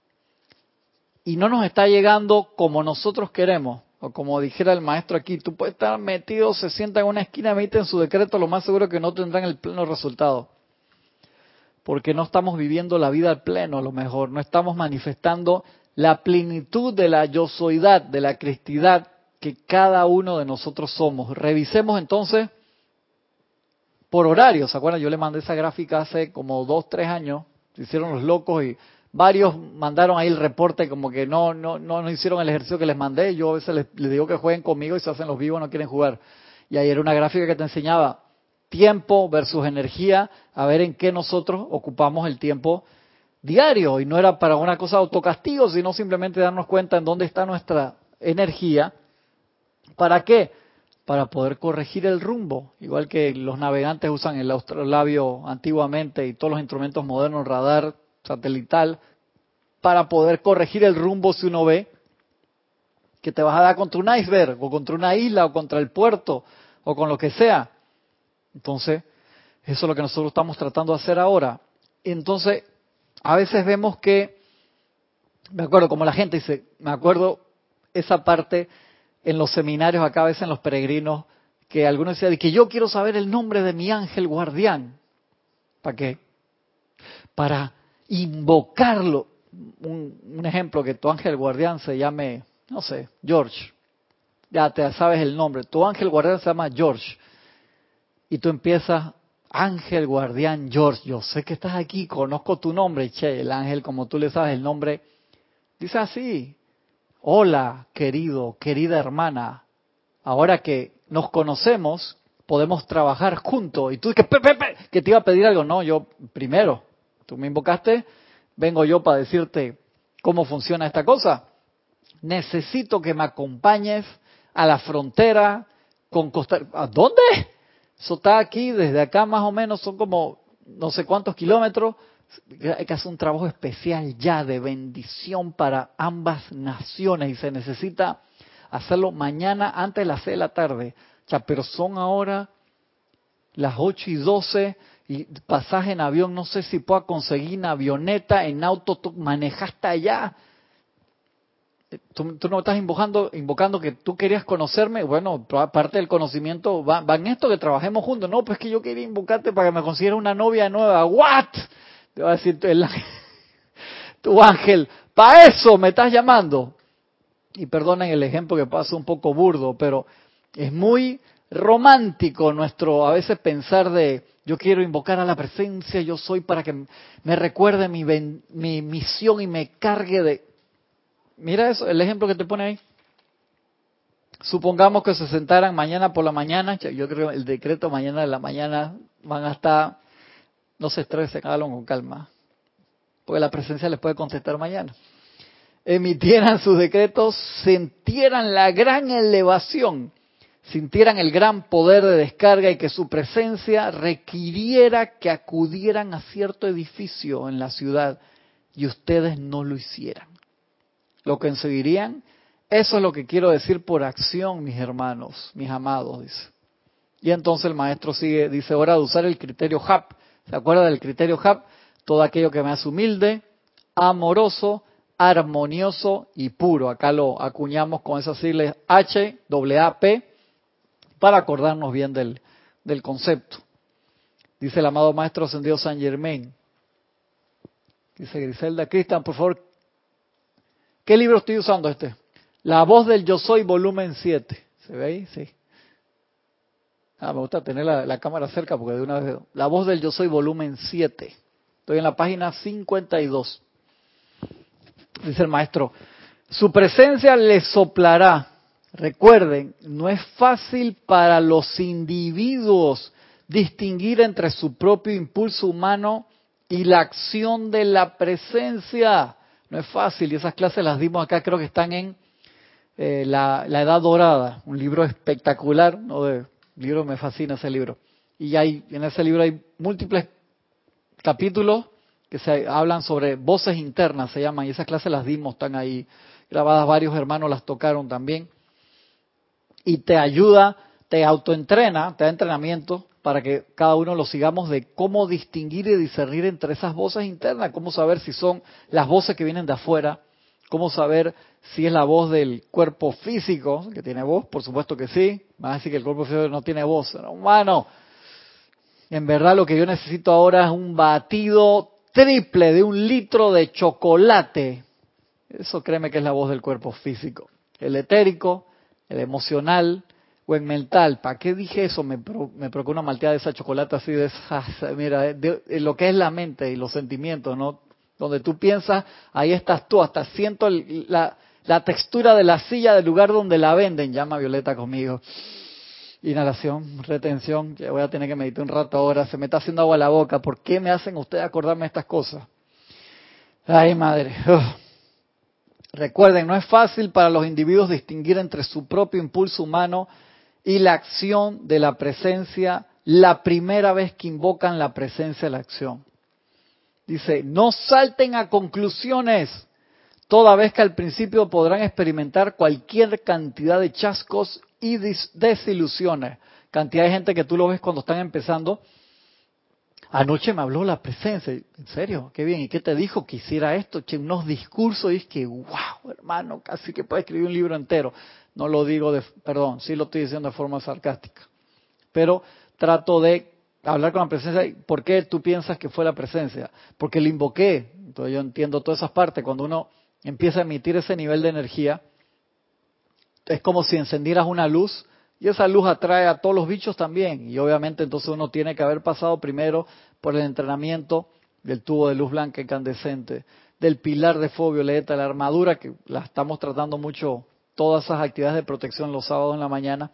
y no nos está llegando como nosotros queremos, o como dijera el maestro aquí, tú puedes estar metido, se sienta en una esquina, emiten su decreto, lo más seguro es que no tendrán el pleno resultado. Porque no estamos viviendo la vida al pleno, a lo mejor, no estamos manifestando la plenitud de la yo soidad, de la cristidad que cada uno de nosotros somos. Revisemos entonces por horario, ¿se acuerdan? Yo le mandé esa gráfica hace como dos, tres años, se hicieron los locos y varios mandaron ahí el reporte como que no no no, no hicieron el ejercicio que les mandé. Yo a veces les, les digo que jueguen conmigo y se hacen los vivos, no quieren jugar. Y ahí era una gráfica que te enseñaba tiempo versus energía, a ver en qué nosotros ocupamos el tiempo diario. Y no era para una cosa de autocastigo, sino simplemente darnos cuenta en dónde está nuestra energía. ¿Para qué? Para poder corregir el rumbo. Igual que los navegantes usan el astrolabio antiguamente y todos los instrumentos modernos, radar satelital, para poder corregir el rumbo si uno ve que te vas a dar contra un iceberg, o contra una isla, o contra el puerto, o con lo que sea. Entonces, eso es lo que nosotros estamos tratando de hacer ahora. Entonces, a veces vemos que, me acuerdo como la gente dice, me acuerdo esa parte en los seminarios acá, a veces en los peregrinos, que algunos decían que yo quiero saber el nombre de mi ángel guardián. ¿Para qué? Para invocarlo. Un, un ejemplo, que tu ángel guardián se llame, no sé, George. Ya te sabes el nombre. Tu ángel guardián se llama George. Y tú empiezas, ángel guardián George, yo sé que estás aquí, conozco tu nombre. Che, el ángel, como tú le sabes el nombre, dice así: hola, querido, querida hermana, ahora que nos conocemos, podemos trabajar juntos. Y tú dices, pe, pe, pe, que te iba a pedir algo. No, yo primero, tú me invocaste, vengo yo para decirte cómo funciona esta cosa. Necesito que me acompañes a la frontera con Costa Rica. ¿A dónde? Eso está aquí, desde acá más o menos, son como no sé cuántos kilómetros. Hay que hacer un trabajo especial ya de bendición para ambas naciones y se necesita hacerlo mañana antes de las seis de la tarde. O sea, pero son ahora las ocho y doce y pasaje en avión, no sé si pueda conseguir en avioneta, en auto, tú manejaste allá. Tú, tú no estás invocando, invocando que tú querías conocerme. Bueno, parte del conocimiento va, va en esto, que trabajemos juntos. No, pues que yo quería invocarte para que me consiguieras una novia nueva. ¿What? Te va a decir el, tu ángel, para eso me estás llamando. Y perdonen el ejemplo que pasa un poco burdo, pero es muy romántico nuestro a veces pensar de yo quiero invocar a la presencia, yo soy para que me recuerde mi, mi misión y me cargue de... Mira eso, el ejemplo que te pone ahí. Supongamos que se sentaran mañana por la mañana, yo creo que el decreto mañana de la mañana van a estar, no se estresen, háganlo con calma, porque la presencia les puede contestar mañana. Emitieran sus decretos, sintieran la gran elevación, sintieran el gran poder de descarga y que su presencia requiriera que acudieran a cierto edificio en la ciudad y ustedes no lo hicieran. Lo que conseguirían, eso es lo que quiero decir por acción, mis hermanos, mis amados, dice. Y entonces el maestro sigue, dice, hora de usar el criterio H A P. ¿Se acuerda del criterio H A P? Todo aquello que me hace humilde, amoroso, armonioso y puro. Acá lo acuñamos con esas siglas H, A P, para acordarnos bien del, del concepto. Dice el amado maestro ascendido San Germain. Dice Griselda, Cristian, por favor, ¿qué libro estoy usando este? La voz del yo soy, volumen siete. ¿Se ve ahí? Sí. Ah, me gusta tener la, la cámara cerca porque de una vez veo. La voz del yo soy, volumen siete. Estoy en la página cincuenta y dos. Dice el maestro, su presencia les soplará. Recuerden, no es fácil para los individuos distinguir entre su propio impulso humano y la acción de la presencia. No es fácil, y esas clases las dimos acá, creo que están en eh, la, la Edad Dorada, un libro espectacular, ¿no? De, libro me fascina ese libro. Y hay en ese libro hay múltiples capítulos que se hablan sobre voces internas, se llaman, y esas clases las dimos, están ahí grabadas, varios hermanos las tocaron también. Y te ayuda, te autoentrena, te da entrenamiento para que cada uno lo sigamos de cómo distinguir y discernir entre esas voces internas, cómo saber si son las voces que vienen de afuera, cómo saber si es la voz del cuerpo físico, que tiene voz, por supuesto que sí, van a decir que el cuerpo físico no tiene voz, no, humano. En verdad lo que yo necesito ahora es un batido triple de un litro de chocolate. Eso créeme que es la voz del cuerpo físico. El etérico, el emocional o el mental. ¿Para qué dije eso? Me, pro, me provoca una malteada de esa chocolate así de esa, mira, de, de lo que es la mente y los sentimientos, ¿no? Donde tú piensas, ahí estás tú, hasta siento el, la, la textura de la silla del lugar donde la venden. Llama Violeta conmigo. Inhalación, retención, ya voy a tener que meditar un rato ahora, se me está haciendo agua a la boca. ¿Por qué me hacen ustedes acordarme de estas cosas? Ay, madre. Uf. Recuerden, no es fácil para los individuos distinguir entre su propio impulso humano y la acción de la presencia la primera vez que invocan la presencia de la acción. Dice, no salten a conclusiones, toda vez que al principio podrán experimentar cualquier cantidad de chascos y desilusiones. Cantidad de gente que tú lo ves cuando están empezando. Anoche me habló la presencia. ¿En serio? Qué bien. ¿Y qué te dijo? Que hiciera esto. Che, unos discursos. Y es que, wow, hermano, casi que puede escribir un libro entero. No lo digo de, perdón, sí lo estoy diciendo de forma sarcástica. Pero trato de hablar con la presencia. ¿Por qué tú piensas que fue la presencia? Porque le invoqué. Entonces yo entiendo todas esas partes. Cuando uno empieza a emitir ese nivel de energía, es como si encendieras una luz y esa luz atrae a todos los bichos también. Y obviamente entonces uno tiene que haber pasado primero por el entrenamiento del tubo de luz blanca incandescente, del pilar de fuego violeta, la armadura, que la estamos tratando mucho, todas esas actividades de protección los sábados en la mañana.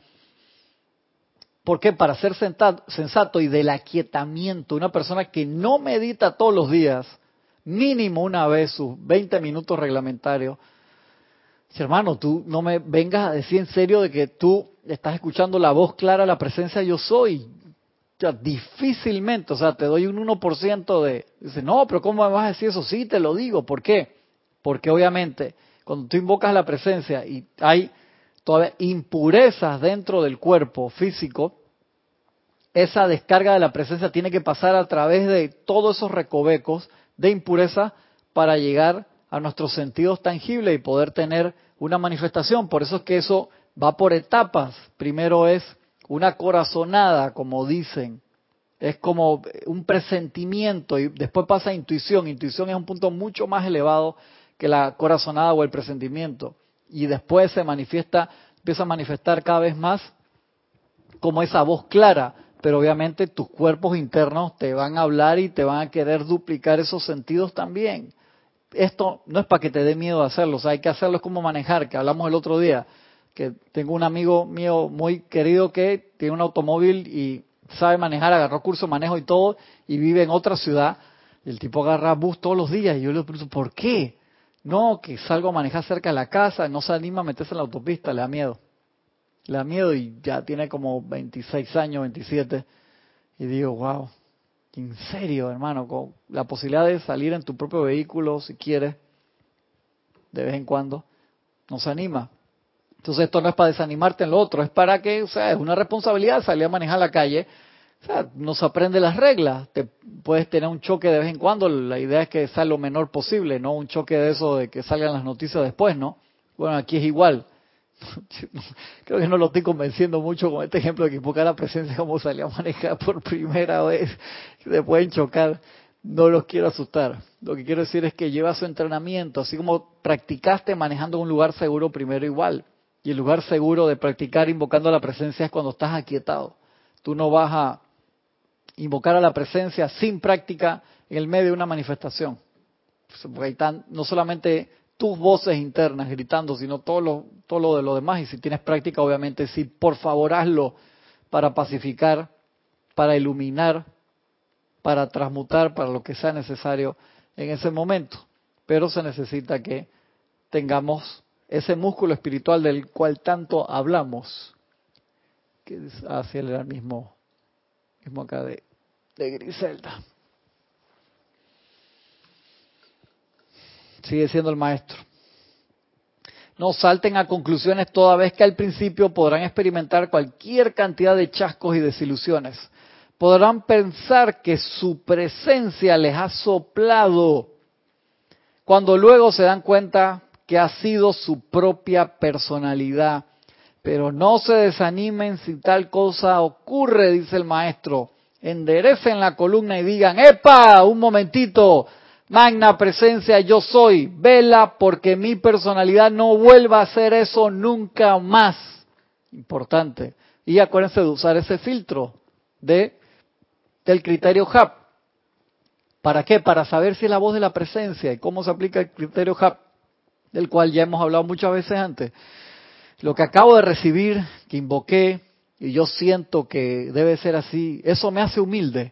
¿Por qué? Para ser sensato y del aquietamiento. Una persona que no medita todos los días, mínimo una vez sus veinte minutos reglamentarios. Hermano, tú no me vengas a decir en serio de que tú estás escuchando la voz clara, la presencia yo soy. O sea, difícilmente, o sea, te doy un uno por ciento de... Dice, no, pero ¿cómo me vas a decir eso? Sí, te lo digo. ¿Por qué? Porque obviamente, cuando tú invocas la presencia y hay todavía impurezas dentro del cuerpo físico, esa descarga de la presencia tiene que pasar a través de todos esos recovecos de impureza para llegar a nuestros sentidos tangibles y poder tener una manifestación. Por eso es que eso va por etapas. Primero es una corazonada, como dicen. Es como un presentimiento y después pasa a intuición. Intuición es un punto mucho más elevado que la corazonada o el presentimiento. Y después se manifiesta, empieza a manifestar cada vez más como esa voz clara. Pero obviamente tus cuerpos internos te van a hablar y te van a querer duplicar esos sentidos también. Esto no es para que te dé miedo hacerlo, o sea, hay que hacerlo, es como manejar, que hablamos el otro día, que tengo un amigo mío muy querido que tiene un automóvil y sabe manejar, agarró curso de manejo y todo, y vive en otra ciudad, y el tipo agarra bus todos los días, y yo le pregunto, ¿por qué? No, que salgo a manejar cerca de la casa, no se anima a meterse en la autopista, le da miedo, le da miedo y ya tiene como veintiséis años, veintisiete, y digo, wow. En serio, hermano, con la posibilidad de salir en tu propio vehículo, si quieres, de vez en cuando, nos anima. Entonces esto no es para desanimarte en lo otro, es para que, o sea, es una responsabilidad salir a manejar la calle. O sea, no se aprende las reglas. Te puedes tener un choque de vez en cuando, la idea es que sea lo menor posible, no un choque de eso de que salgan las noticias después, ¿no? Bueno, aquí es igual. Creo que no lo estoy convenciendo mucho con este ejemplo de que invocar la presencia como salir a manejar por primera vez, se pueden chocar, no los quiero asustar. Lo que quiero decir es que lleva su entrenamiento, así como practicaste manejando en un lugar seguro primero igual, y el lugar seguro de practicar invocando a la presencia es cuando estás aquietado. Tú no vas a invocar a la presencia sin práctica en el medio de una manifestación, porque ahí están no solamente tus voces internas gritando, sino todo lo, todo lo de lo demás. Y si tienes práctica, obviamente sí, por favor hazlo para pacificar, para iluminar, para transmutar, para lo que sea necesario en ese momento. Pero se necesita que tengamos ese músculo espiritual del cual tanto hablamos, que es hacia el mismo, mismo acá de, de Griselda. Sigue siendo el maestro. No salten a conclusiones toda vez que al principio podrán experimentar cualquier cantidad de chascos y desilusiones. Podrán pensar que su presencia les ha soplado, cuando luego se dan cuenta que ha sido su propia personalidad. Pero no se desanimen si tal cosa ocurre, dice el maestro. Enderecen la columna y digan, ¡epa! Un momentito. Magna presencia yo soy, vela porque mi personalidad no vuelva a hacer eso nunca más. Importante. Y acuérdense de usar ese filtro de del criterio H A P. ¿Para qué? Para saber si es la voz de la presencia y cómo se aplica el criterio H A P, del cual ya hemos hablado muchas veces antes. Lo que acabo de recibir, que invoqué, y yo siento que debe ser así, eso me hace humilde.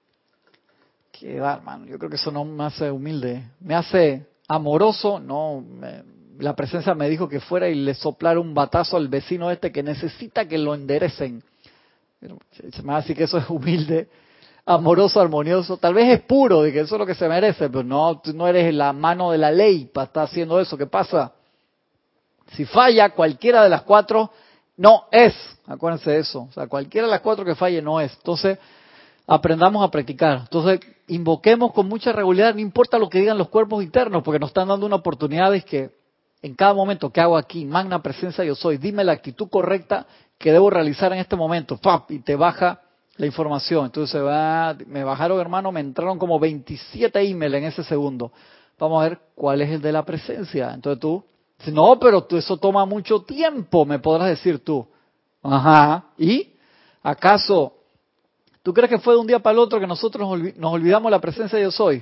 Qué va, hermano, yo creo que eso no me hace humilde. Me hace amoroso, no, me, la presencia me dijo que fuera y le soplara un batazo al vecino este que necesita que lo enderecen. Se me hace que eso es humilde, amoroso, armonioso. Tal vez es puro, de que eso es lo que se merece, pero no, tú no eres la mano de la ley para estar haciendo eso. ¿Qué pasa? Si falla cualquiera de las cuatro, no es. Acuérdense de eso. O sea, cualquiera de las cuatro que falle no es. Entonces, aprendamos a practicar. Entonces, invoquemos con mucha regularidad, no importa lo que digan los cuerpos internos, porque nos están dando una oportunidad de que en cada momento que hago aquí, magna presencia yo soy, dime la actitud correcta que debo realizar en este momento. ¡Pap! Y te baja la información. Entonces, va, me bajaron, hermano, me entraron como veintisiete emails en ese segundo. Vamos a ver cuál es el de la presencia. Entonces tú, no, pero tú, eso toma mucho tiempo, me podrás decir tú. Ajá. ¿Y acaso tú crees que fue de un día para el otro que nosotros nos olvidamos la presencia de yo soy?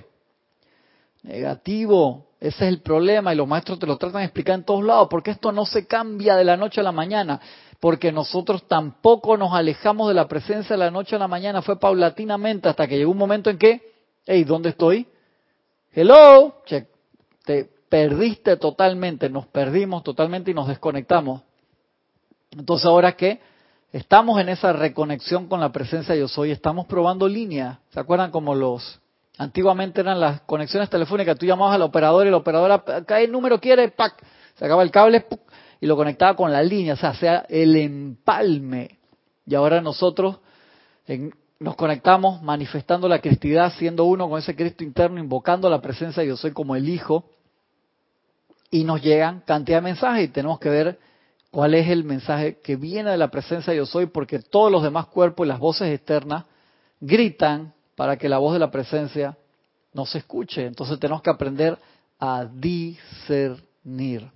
Negativo. Ese es el problema y los maestros te lo tratan de explicar en todos lados. Porque esto no se cambia de la noche a la mañana. Porque nosotros tampoco nos alejamos de la presencia de la noche a la mañana. Fue paulatinamente hasta que llegó un momento en que, hey, ¿dónde estoy? Hello. Che, te perdiste totalmente. Nos perdimos totalmente y nos desconectamos. Entonces, ¿ahora qué? Estamos en esa reconexión con la presencia de yo soy. Estamos probando líneas. ¿Se acuerdan como los... Antiguamente eran las conexiones telefónicas, tú llamabas al operador y la operadora, ¿qué número quiere? ¡Pac! Sacaba el cable ¡puc! Y lo conectaba con la línea, o sea, sea el empalme. Y ahora nosotros en, nos conectamos manifestando la cristidad, siendo uno con ese Cristo interno, invocando la presencia de yo soy como el Hijo. Y nos llegan cantidad de mensajes y tenemos que ver cuál es el mensaje que viene de la presencia de yo soy, porque todos los demás cuerpos y las voces externas gritan para que la voz de la presencia no se escuche. Entonces tenemos que aprender a discernir.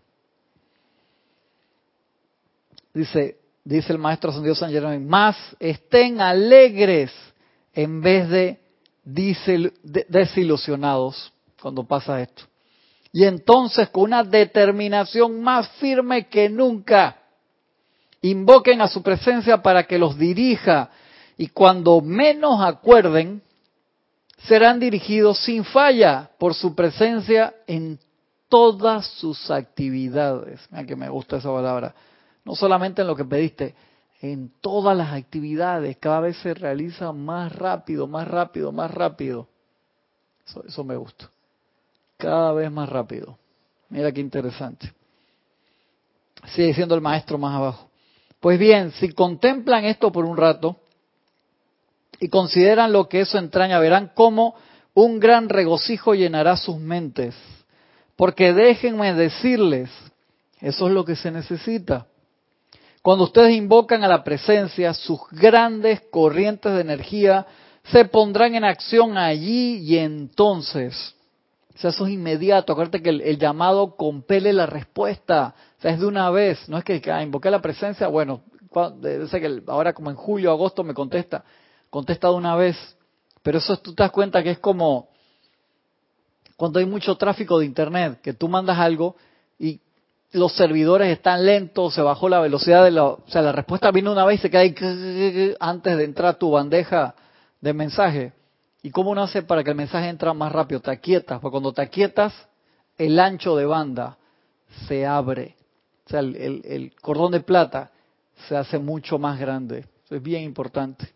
Dice, dice el maestro ascendido San Jerónimo, más estén alegres en vez de desilusionados cuando pasa esto. Y entonces con una determinación más firme que nunca, invoquen a su presencia para que los dirija y cuando menos acuerden, serán dirigidos sin falla por su presencia en todas sus actividades. Mira que me gusta esa palabra. No solamente en lo que pediste, en todas las actividades. Cada vez se realiza más rápido, más rápido, más rápido. Eso, eso me gusta. Cada vez más rápido. Mira qué interesante. Sigue diciendo el maestro más abajo. Pues bien, si contemplan esto por un rato, y consideran lo que eso entraña, verán cómo un gran regocijo llenará sus mentes. Porque déjenme decirles, eso es lo que se necesita. Cuando ustedes invocan a la presencia, sus grandes corrientes de energía se pondrán en acción allí y entonces. O sea, eso es inmediato. Acuérdate que el, el llamado compele la respuesta. O sea, es de una vez. No es que ah, invoqué la presencia, bueno, debe ser que ahora como en julio, agosto me contesta. Contesta de una vez, pero eso tú te das cuenta que es como cuando hay mucho tráfico de internet, que tú mandas algo y los servidores están lentos, se bajó la velocidad de la... O sea, la respuesta viene una vez y se queda ahí antes de entrar a tu bandeja de mensaje. ¿Y cómo uno hace para que el mensaje entre más rápido? Te aquietas, porque cuando te aquietas, el ancho de banda se abre. O sea, el, el, el cordón de plata se hace mucho más grande. Eso es bien importante.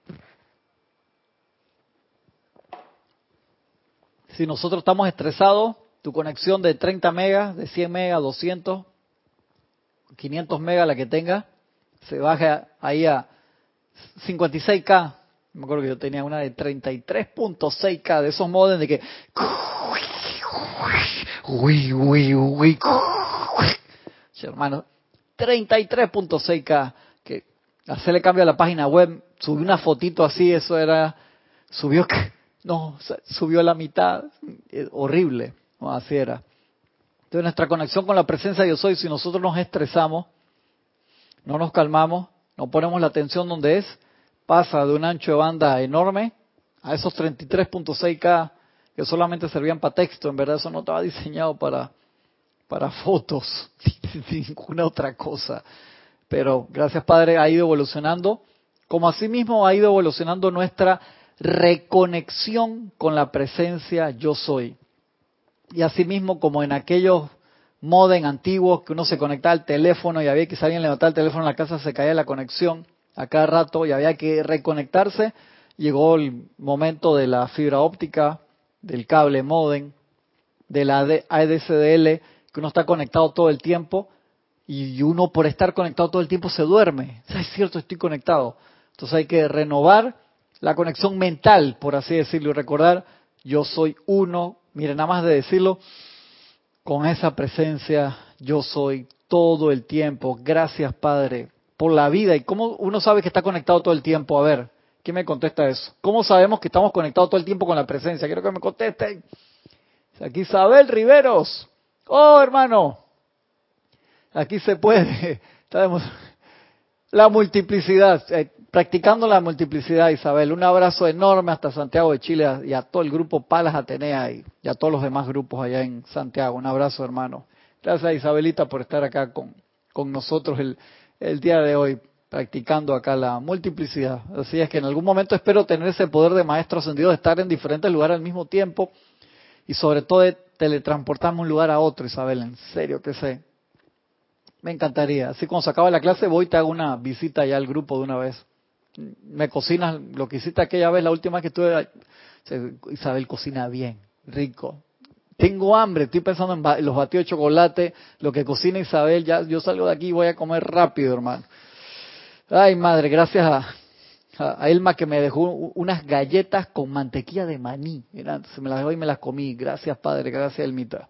Si nosotros estamos estresados, tu conexión de treinta megas, de cien megas, doscientos, quinientos megas, la que tenga, se baja ahí a cincuenta y seis K. Me acuerdo que yo tenía una de treinta y tres punto seis K, de esos modems de que... Uy, uy, uy, hermano, treinta y tres punto seis K, que hacerle cambio a la página web, subí una fotito así, eso era... Subió... No, subió a la mitad, horrible, no, así era. Entonces nuestra conexión con la presencia de yo soy, si nosotros nos estresamos, no nos calmamos, no ponemos la atención donde es, pasa de un ancho de banda enorme a esos treinta y tres punto seis K que solamente servían para texto. En verdad eso no estaba diseñado para, para fotos, ni ninguna otra cosa. Pero gracias Padre, ha ido evolucionando, como asimismo ha ido evolucionando nuestra reconexión con la presencia yo soy. Y asimismo como en aquellos modem antiguos que uno se conectaba al teléfono y había que si alguien levantaba el teléfono en la casa se caía la conexión a cada rato y había que reconectarse, llegó el momento de la fibra óptica, del cable modem, de la A D S D L, que uno está conectado todo el tiempo y uno por estar conectado todo el tiempo se duerme. O sea, es cierto, estoy conectado. Entonces hay que renovar la conexión mental, por así decirlo, y recordar, yo soy uno. Miren, nada más de decirlo, con esa presencia yo soy todo el tiempo. Gracias, Padre, por la vida. ¿Y cómo uno sabe que está conectado todo el tiempo? A ver, ¿quién me contesta eso? ¿Cómo sabemos que estamos conectados todo el tiempo con la presencia? Quiero que me contesten. Aquí Isabel Riveros. Oh, hermano. Aquí se puede. La multiplicidad. Eh, practicando la multiplicidad, Isabel. Un abrazo enorme hasta Santiago de Chile y a todo el grupo Palas Atenea y, y a todos los demás grupos allá en Santiago. Un abrazo, hermano. Gracias, Isabelita, por estar acá con, con nosotros el, el día de hoy, practicando acá la multiplicidad. Así es que en algún momento espero tener ese poder de maestro ascendido de estar en diferentes lugares al mismo tiempo y sobre todo de teletransportarme de un lugar a otro, Isabel. En serio que sé. Me encantaría. Así cuando se acaba la clase voy y te hago una visita ya al grupo de una vez. Me cocinas lo que hiciste aquella vez, la última vez que estuve. Isabel cocina bien, rico. Tengo hambre, estoy pensando en ba- los batidos de chocolate, lo que cocina Isabel. Ya yo salgo de aquí y voy a comer rápido, hermano. Ay, madre, gracias a, a, a Elma que me dejó unas galletas con mantequilla de maní. Mira, se me las dejó y me las comí. Gracias, Padre, gracias, Elmita.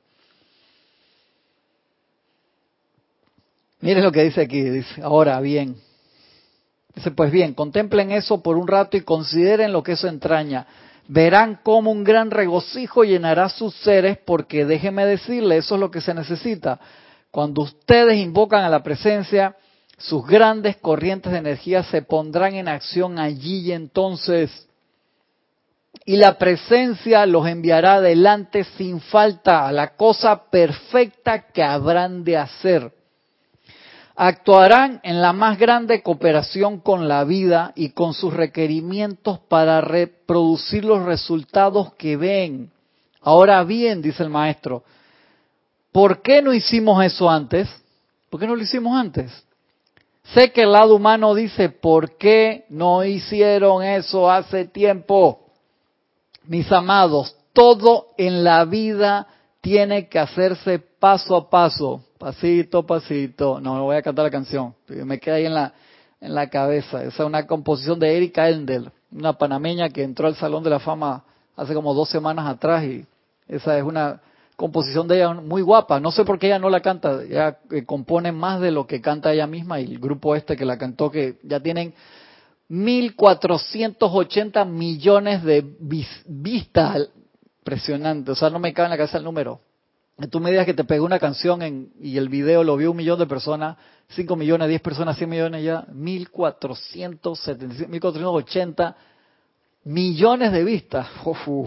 Miren lo que dice aquí, dice, ahora bien. Dice, pues bien, contemplen eso por un rato y consideren lo que eso entraña. Verán cómo un gran regocijo llenará sus seres, porque déjenme decirle, eso es lo que se necesita. Cuando ustedes invocan a la presencia, sus grandes corrientes de energía se pondrán en acción allí y entonces, y la presencia los enviará adelante sin falta a la cosa perfecta que habrán de hacer. Actuarán en la más grande cooperación con la vida y con sus requerimientos para reproducir los resultados que ven. Ahora bien, dice el maestro, ¿por qué no hicimos eso antes? ¿Por qué no lo hicimos antes? Sé que el lado humano dice, ¿por qué no hicieron eso hace tiempo? Mis amados, todo en la vida tiene que hacerse paso a paso. Pasito, pasito. No, no voy a cantar la canción. Me queda ahí en la, en la cabeza. Esa es una composición de Erika Endel, una panameña que entró al Salón de la Fama hace como dos semanas atrás y esa es una composición de ella muy guapa. No sé por qué ella no la canta. Ella eh, compone más de lo que canta ella misma y el grupo este que la cantó que ya tienen mil cuatrocientos ochenta millones de vis- vistas. Impresionante. O sea, no me cabe en la cabeza el número. Tú me digas que te pegó una canción en, y el video lo vio un millón de personas, cinco millones, diez personas, cien millones ya, mil cuatrocientos setenta y cinco, mil cuatrocientos ochenta millones de vistas. Uf, uf.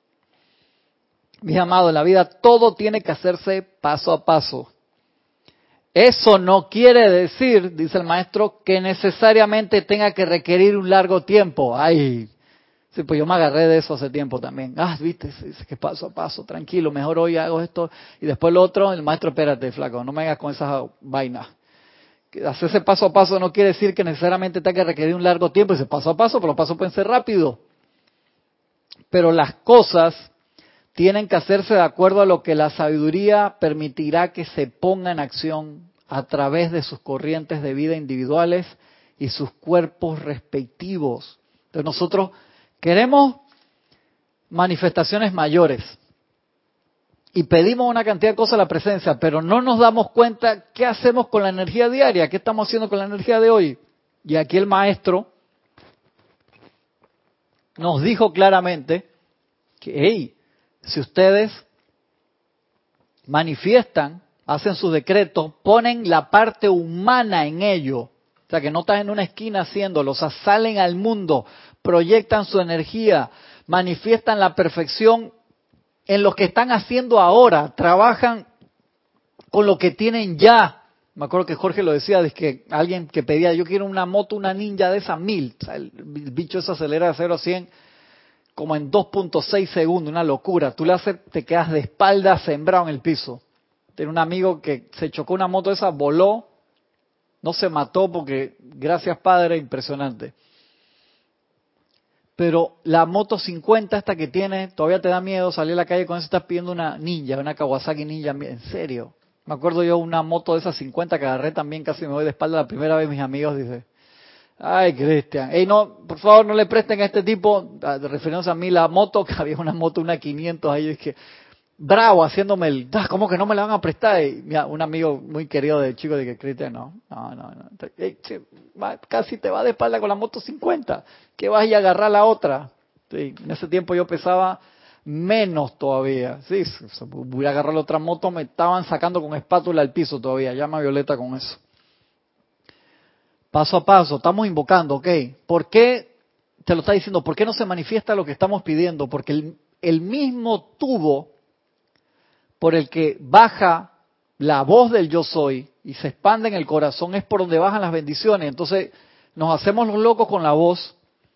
Mis amados, en la vida todo tiene que hacerse paso a paso. Eso no quiere decir, dice el maestro, que necesariamente tenga que requerir un largo tiempo. Ay, sí, pues yo me agarré de eso hace tiempo también. Ah, viste, dice que paso a paso, tranquilo, mejor hoy hago esto y después lo otro. El maestro, espérate, flaco, no me hagas con esas vainas. Hacerse paso a paso no quiere decir que necesariamente tenga que requerir un largo tiempo. Dice paso a paso, pero los pasos pueden ser rápidos. Pero las cosas tienen que hacerse de acuerdo a lo que la sabiduría permitirá que se ponga en acción a través de sus corrientes de vida individuales y sus cuerpos respectivos. Entonces nosotros queremos manifestaciones mayores y pedimos una cantidad de cosas a la presencia, pero no nos damos cuenta qué hacemos con la energía diaria, qué estamos haciendo con la energía de hoy. Y aquí el maestro nos dijo claramente que, hey, si ustedes manifiestan, hacen sus decretos, ponen la parte humana en ello, o sea, que no están en una esquina haciéndolo, o sea, salen al mundo, proyectan su energía, manifiestan la perfección en lo que están haciendo ahora, trabajan con lo que tienen ya. Me acuerdo que Jorge lo decía, de que alguien que pedía, yo quiero una moto, una Ninja de esas mil. O sea, el, el bicho se acelera de cero a cien como en dos punto seis segundos, una locura. Tú le haces, te quedas de espalda sembrado en el piso. Tenía un amigo que se chocó una moto de esa, voló, no se mató porque, gracias padre, impresionante. Pero la moto cincuenta esta que tiene, todavía te da miedo salir a la calle con eso, estás pidiendo una Ninja, una Kawasaki Ninja, en serio. Me acuerdo yo una moto de esas cincuenta que agarré también, casi me voy de espalda la primera vez, mis amigos, dice, ay, Cristian, ey, no, por favor, no le presten a este tipo, refiriéndose a mí, la moto, que había una moto, una quinientos ahí, es que, bravo, haciéndome el, ah, ¿cómo que no me la van a prestar? Y mira, un amigo muy querido de chico, de que, Cristian, no, no, no, no, ey, che, va, casi te va de espalda con la moto cincuenta, que vas y agarrar la otra. Sí, en ese tiempo yo pesaba menos todavía, sí, voy a agarrar la otra moto, me estaban sacando con espátula al piso todavía, llama a Violeta con eso. Paso a paso, estamos invocando, ¿ok? ¿Por qué, te lo está diciendo, por qué no se manifiesta lo que estamos pidiendo? Porque el, el mismo tubo por el que baja la voz del yo soy y se expande en el corazón es por donde bajan las bendiciones. Entonces nos hacemos los locos con la voz,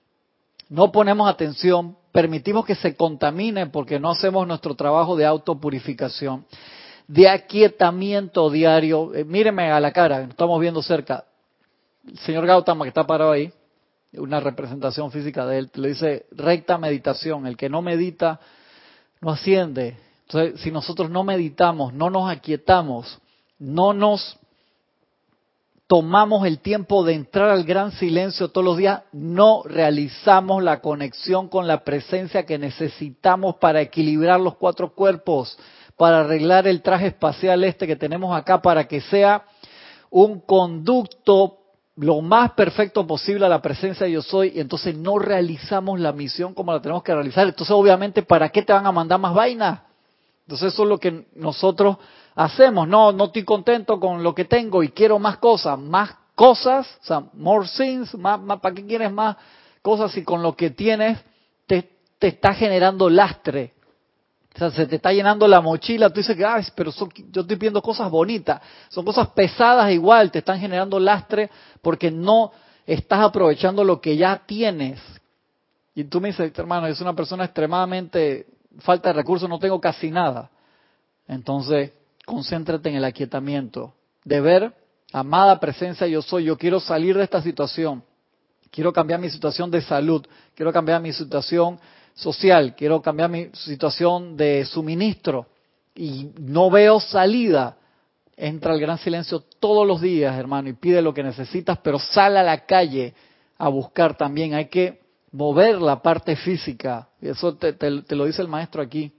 no ponemos atención, permitimos que se contamine porque no hacemos nuestro trabajo de autopurificación, de aquietamiento diario. Eh, míreme a la cara, estamos viendo cerca. El señor Gautama, que está parado ahí, una representación física de él, le dice recta meditación. El que no medita no asciende. Entonces, si nosotros no meditamos, no nos aquietamos, no nos tomamos el tiempo de entrar al gran silencio todos los días, no realizamos la conexión con la presencia que necesitamos para equilibrar los cuatro cuerpos, para arreglar el traje espacial este que tenemos acá, para que sea un conducto lo más perfecto posible a la presencia de yo soy, y entonces no realizamos la misión como la tenemos que realizar. Entonces, obviamente, ¿para qué te van a mandar más vainas? Entonces, eso es lo que nosotros hacemos. No, no estoy contento con lo que tengo y quiero más cosas, más cosas, o sea, more things, más, más, ¿para qué quieres más cosas si con lo que tienes te, te está generando lastre? O sea, se te está llenando la mochila, tú dices que, ay, pero son, yo estoy pidiendo cosas bonitas, son cosas pesadas igual, te están generando lastre porque no estás aprovechando lo que ya tienes. Y tú me dices, hermano, es una persona extremadamente, falta de recursos, no tengo casi nada. Entonces, concéntrate en el aquietamiento, de ver, amada presencia yo soy, yo quiero salir de esta situación, quiero cambiar mi situación de salud, quiero cambiar mi situación social, quiero cambiar mi situación de suministro y no veo salida. Entra al gran silencio todos los días, hermano, y pide lo que necesitas, pero sal a la calle a buscar también. Hay que mover la parte física, y eso te, te, te lo dice el maestro aquí,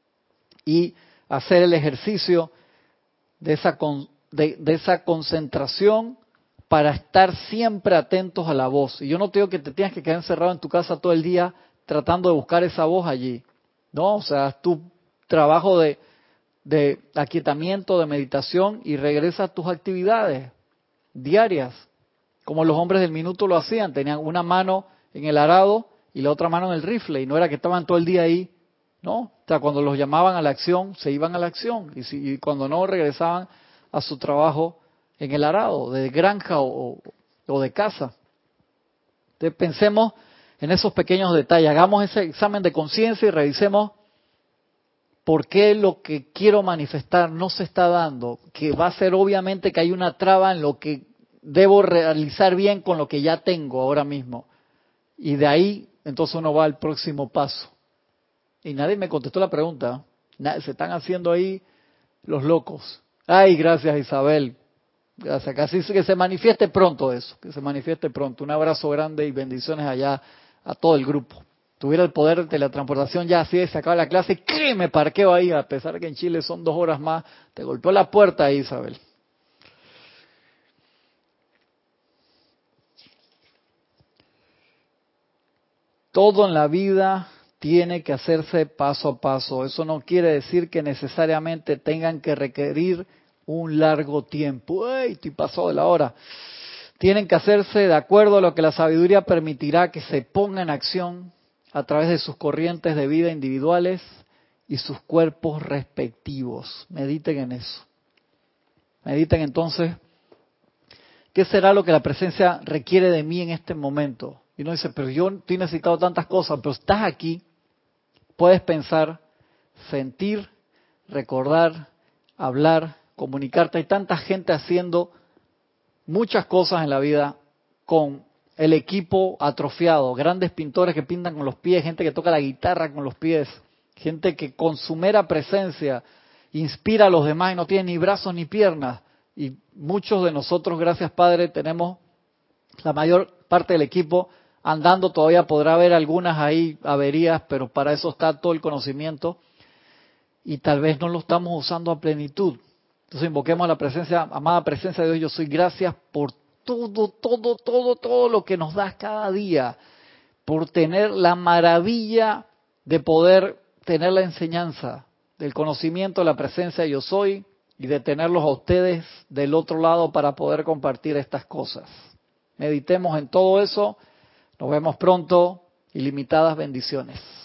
y hacer el ejercicio de esa, con, de, de esa concentración para estar siempre atentos a la voz. Y yo no te digo que te tengas que quedar encerrado en tu casa todo el día tratando de buscar esa voz allí. No, o sea, haz tu trabajo de, de aquietamiento, de meditación y regresa a tus actividades diarias, como los hombres del minuto lo hacían. Tenían una mano en el arado y la otra mano en el rifle, y no era que estaban todo el día ahí, ¿no? O sea, cuando los llamaban a la acción, se iban a la acción, y, si, y cuando no, regresaban a su trabajo en el arado, de granja o, o de casa. Entonces pensemos en esos pequeños detalles, hagamos ese examen de conciencia y revisemos por qué lo que quiero manifestar no se está dando, que va a ser obviamente que hay una traba en lo que debo realizar bien con lo que ya tengo ahora mismo. Y de ahí entonces uno va al próximo paso. Y nadie me contestó la pregunta. Se están haciendo ahí los locos. Ay, gracias Isabel. Gracias. Casi que se manifieste pronto eso, que se manifieste pronto. Un abrazo grande y bendiciones allá a todo el grupo. Tuviera el poder de teletransportación ya así, se acaba la clase, ¿qué? Me parqueo ahí, a pesar de que en Chile son dos horas más. Te golpeó la puerta ahí, Isabel. Todo en la vida tiene que hacerse paso a paso. Eso no quiere decir que necesariamente tengan que requerir un largo tiempo. ¡Ay, estoy pasado de la hora! Tienen que hacerse de acuerdo a lo que la sabiduría permitirá que se ponga en acción a través de sus corrientes de vida individuales y sus cuerpos respectivos. Mediten en eso. Mediten entonces, ¿qué será lo que la presencia requiere de mí en este momento? Y uno dice, pero yo estoy necesitando tantas cosas, pero estás aquí, puedes pensar, sentir, recordar, hablar, comunicarte. Hay tanta gente haciendo muchas cosas en la vida con el equipo atrofiado, grandes pintores que pintan con los pies, gente que toca la guitarra con los pies, gente que con su mera presencia inspira a los demás y no tiene ni brazos ni piernas. Y muchos de nosotros, gracias Padre, tenemos la mayor parte del equipo andando. Todavía podrá haber algunas ahí averías, pero para eso está todo el conocimiento y tal vez no lo estamos usando a plenitud. Entonces invoquemos a la presencia, amada presencia de Dios, yo soy, gracias por todo, todo, todo, todo lo que nos das cada día, por tener la maravilla de poder tener la enseñanza del conocimiento de la presencia de yo soy y de tenerlos a ustedes del otro lado para poder compartir estas cosas. Meditemos en todo eso, nos vemos pronto, ilimitadas bendiciones.